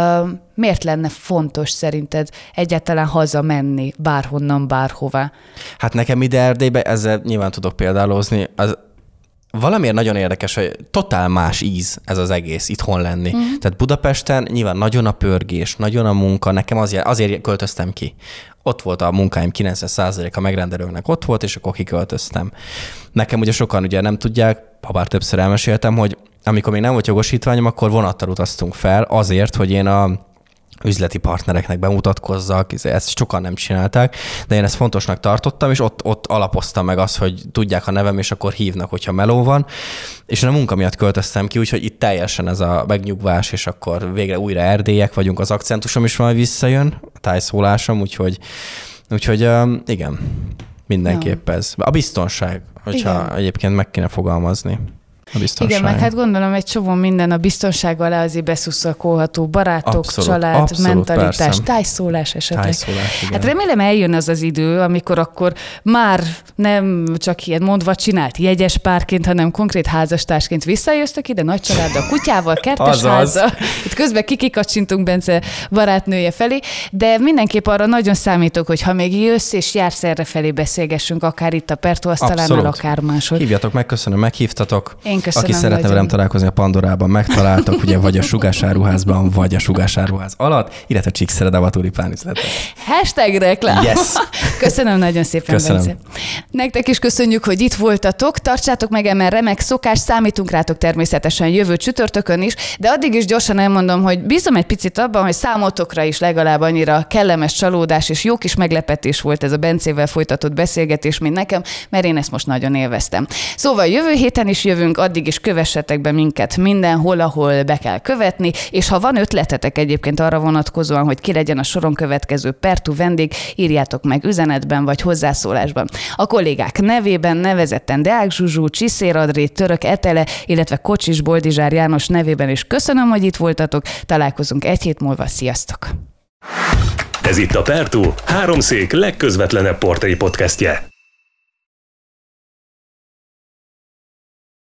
Miért lenne fontos szerinted egyáltalán hazamenni bárhonnan, bárhová? Hát nekem ide Erdélybe, ezzel nyilván tudok példálozni, az valamiért nagyon érdekes, hogy totál más íz ez az egész itthon lenni. Mm. Tehát Budapesten nyilván nagyon a pörgés, nagyon a munka, nekem azért, azért költöztem ki. Ott volt a munkáim kilencven százaléka megrendelőknek ott volt, és akkor kiköltöztem. Nekem ugye sokan ugye nem tudják, ha bár többször elmeséltem, hogy amikor még nem volt jogosítványom, akkor vonattal utaztunk fel azért, hogy én a üzleti partnereknek bemutatkozzak, ezt sokan nem csinálták, de én ezt fontosnak tartottam, és ott, ott alapoztam meg azt, hogy tudják a nevem, és akkor hívnak, hogyha meló van. És én a munka miatt költöztem ki, úgyhogy itt teljesen ez a megnyugvás, és akkor végre újra erdélyek vagyunk, az akcentusom is majd visszajön, a tájszólásom, úgyhogy, úgyhogy igen, mindenképp ez. A biztonság, hogyha igen. Egyébként meg kéne fogalmazni. Igen, meg hát gondolom egy csomó minden a biztonság alá azért beszuszakolható, barátok, abszolút, család, abszolút, mentalitás, persze. tájszólás esetleg. Tájszólás, igen. Hát remélem eljön az az idő, amikor akkor már nem csak ilyen mondva csinált jegyes párként, hanem konkrét házastársként visszajöttök ide, nagy családdal, kutyával, kertes házzal. Itt közben kikikacsintunk Bence barátnője felé, de mindenképp arra nagyon számítok, hogy ha még jössz és jársz erre felé beszélgessünk, akár itt a Pertó asztalánál, akár máshol. Hívjatok meg, köszönöm, meghívtatok. Én köszönöm, aki szeretne velem találkozni, a Pandorában megtaláltak, ugye vagy a Sugársáruházban, vagy a Sugársáruház alatt, illetve Csíkszeredában tulipán üzletek. Hashtag reklám. Yes. Köszönöm nagyon szépen, köszönöm. Bence. Nektek is köszönjük, hogy itt voltatok. Tartsátok meg emen remek szokás, számítunk rátok természetesen jövő csütörtökön is, de addig is gyorsan elmondom, hogy bízom egy picit abban, hogy számotokra is legalább annyira kellemes csalódás és jó kis meglepetés volt ez a Bencével folytatott beszélgetés, mint nekem, mert én ezt most nagyon élveztem. Szóval jövő héten is jövünk, addig is kövessetek be minket mindenhol, ahol be kell követni, és ha van ötletetek egyébként arra vonatkozóan, hogy ki legyen a soron következő Pertó vendég, írjátok meg üzenetben vagy hozzászólásban. A kollégák nevében nevezetten Deák Zsuzsú, Csiszér Adré, Török Etele, illetve Kocsis Boldizsár János nevében is köszönöm, hogy itt voltatok. Találkozunk egy hét múlva. Sziasztok! Ez itt a Pertó háromszék legközvetlenebb portré podcastje.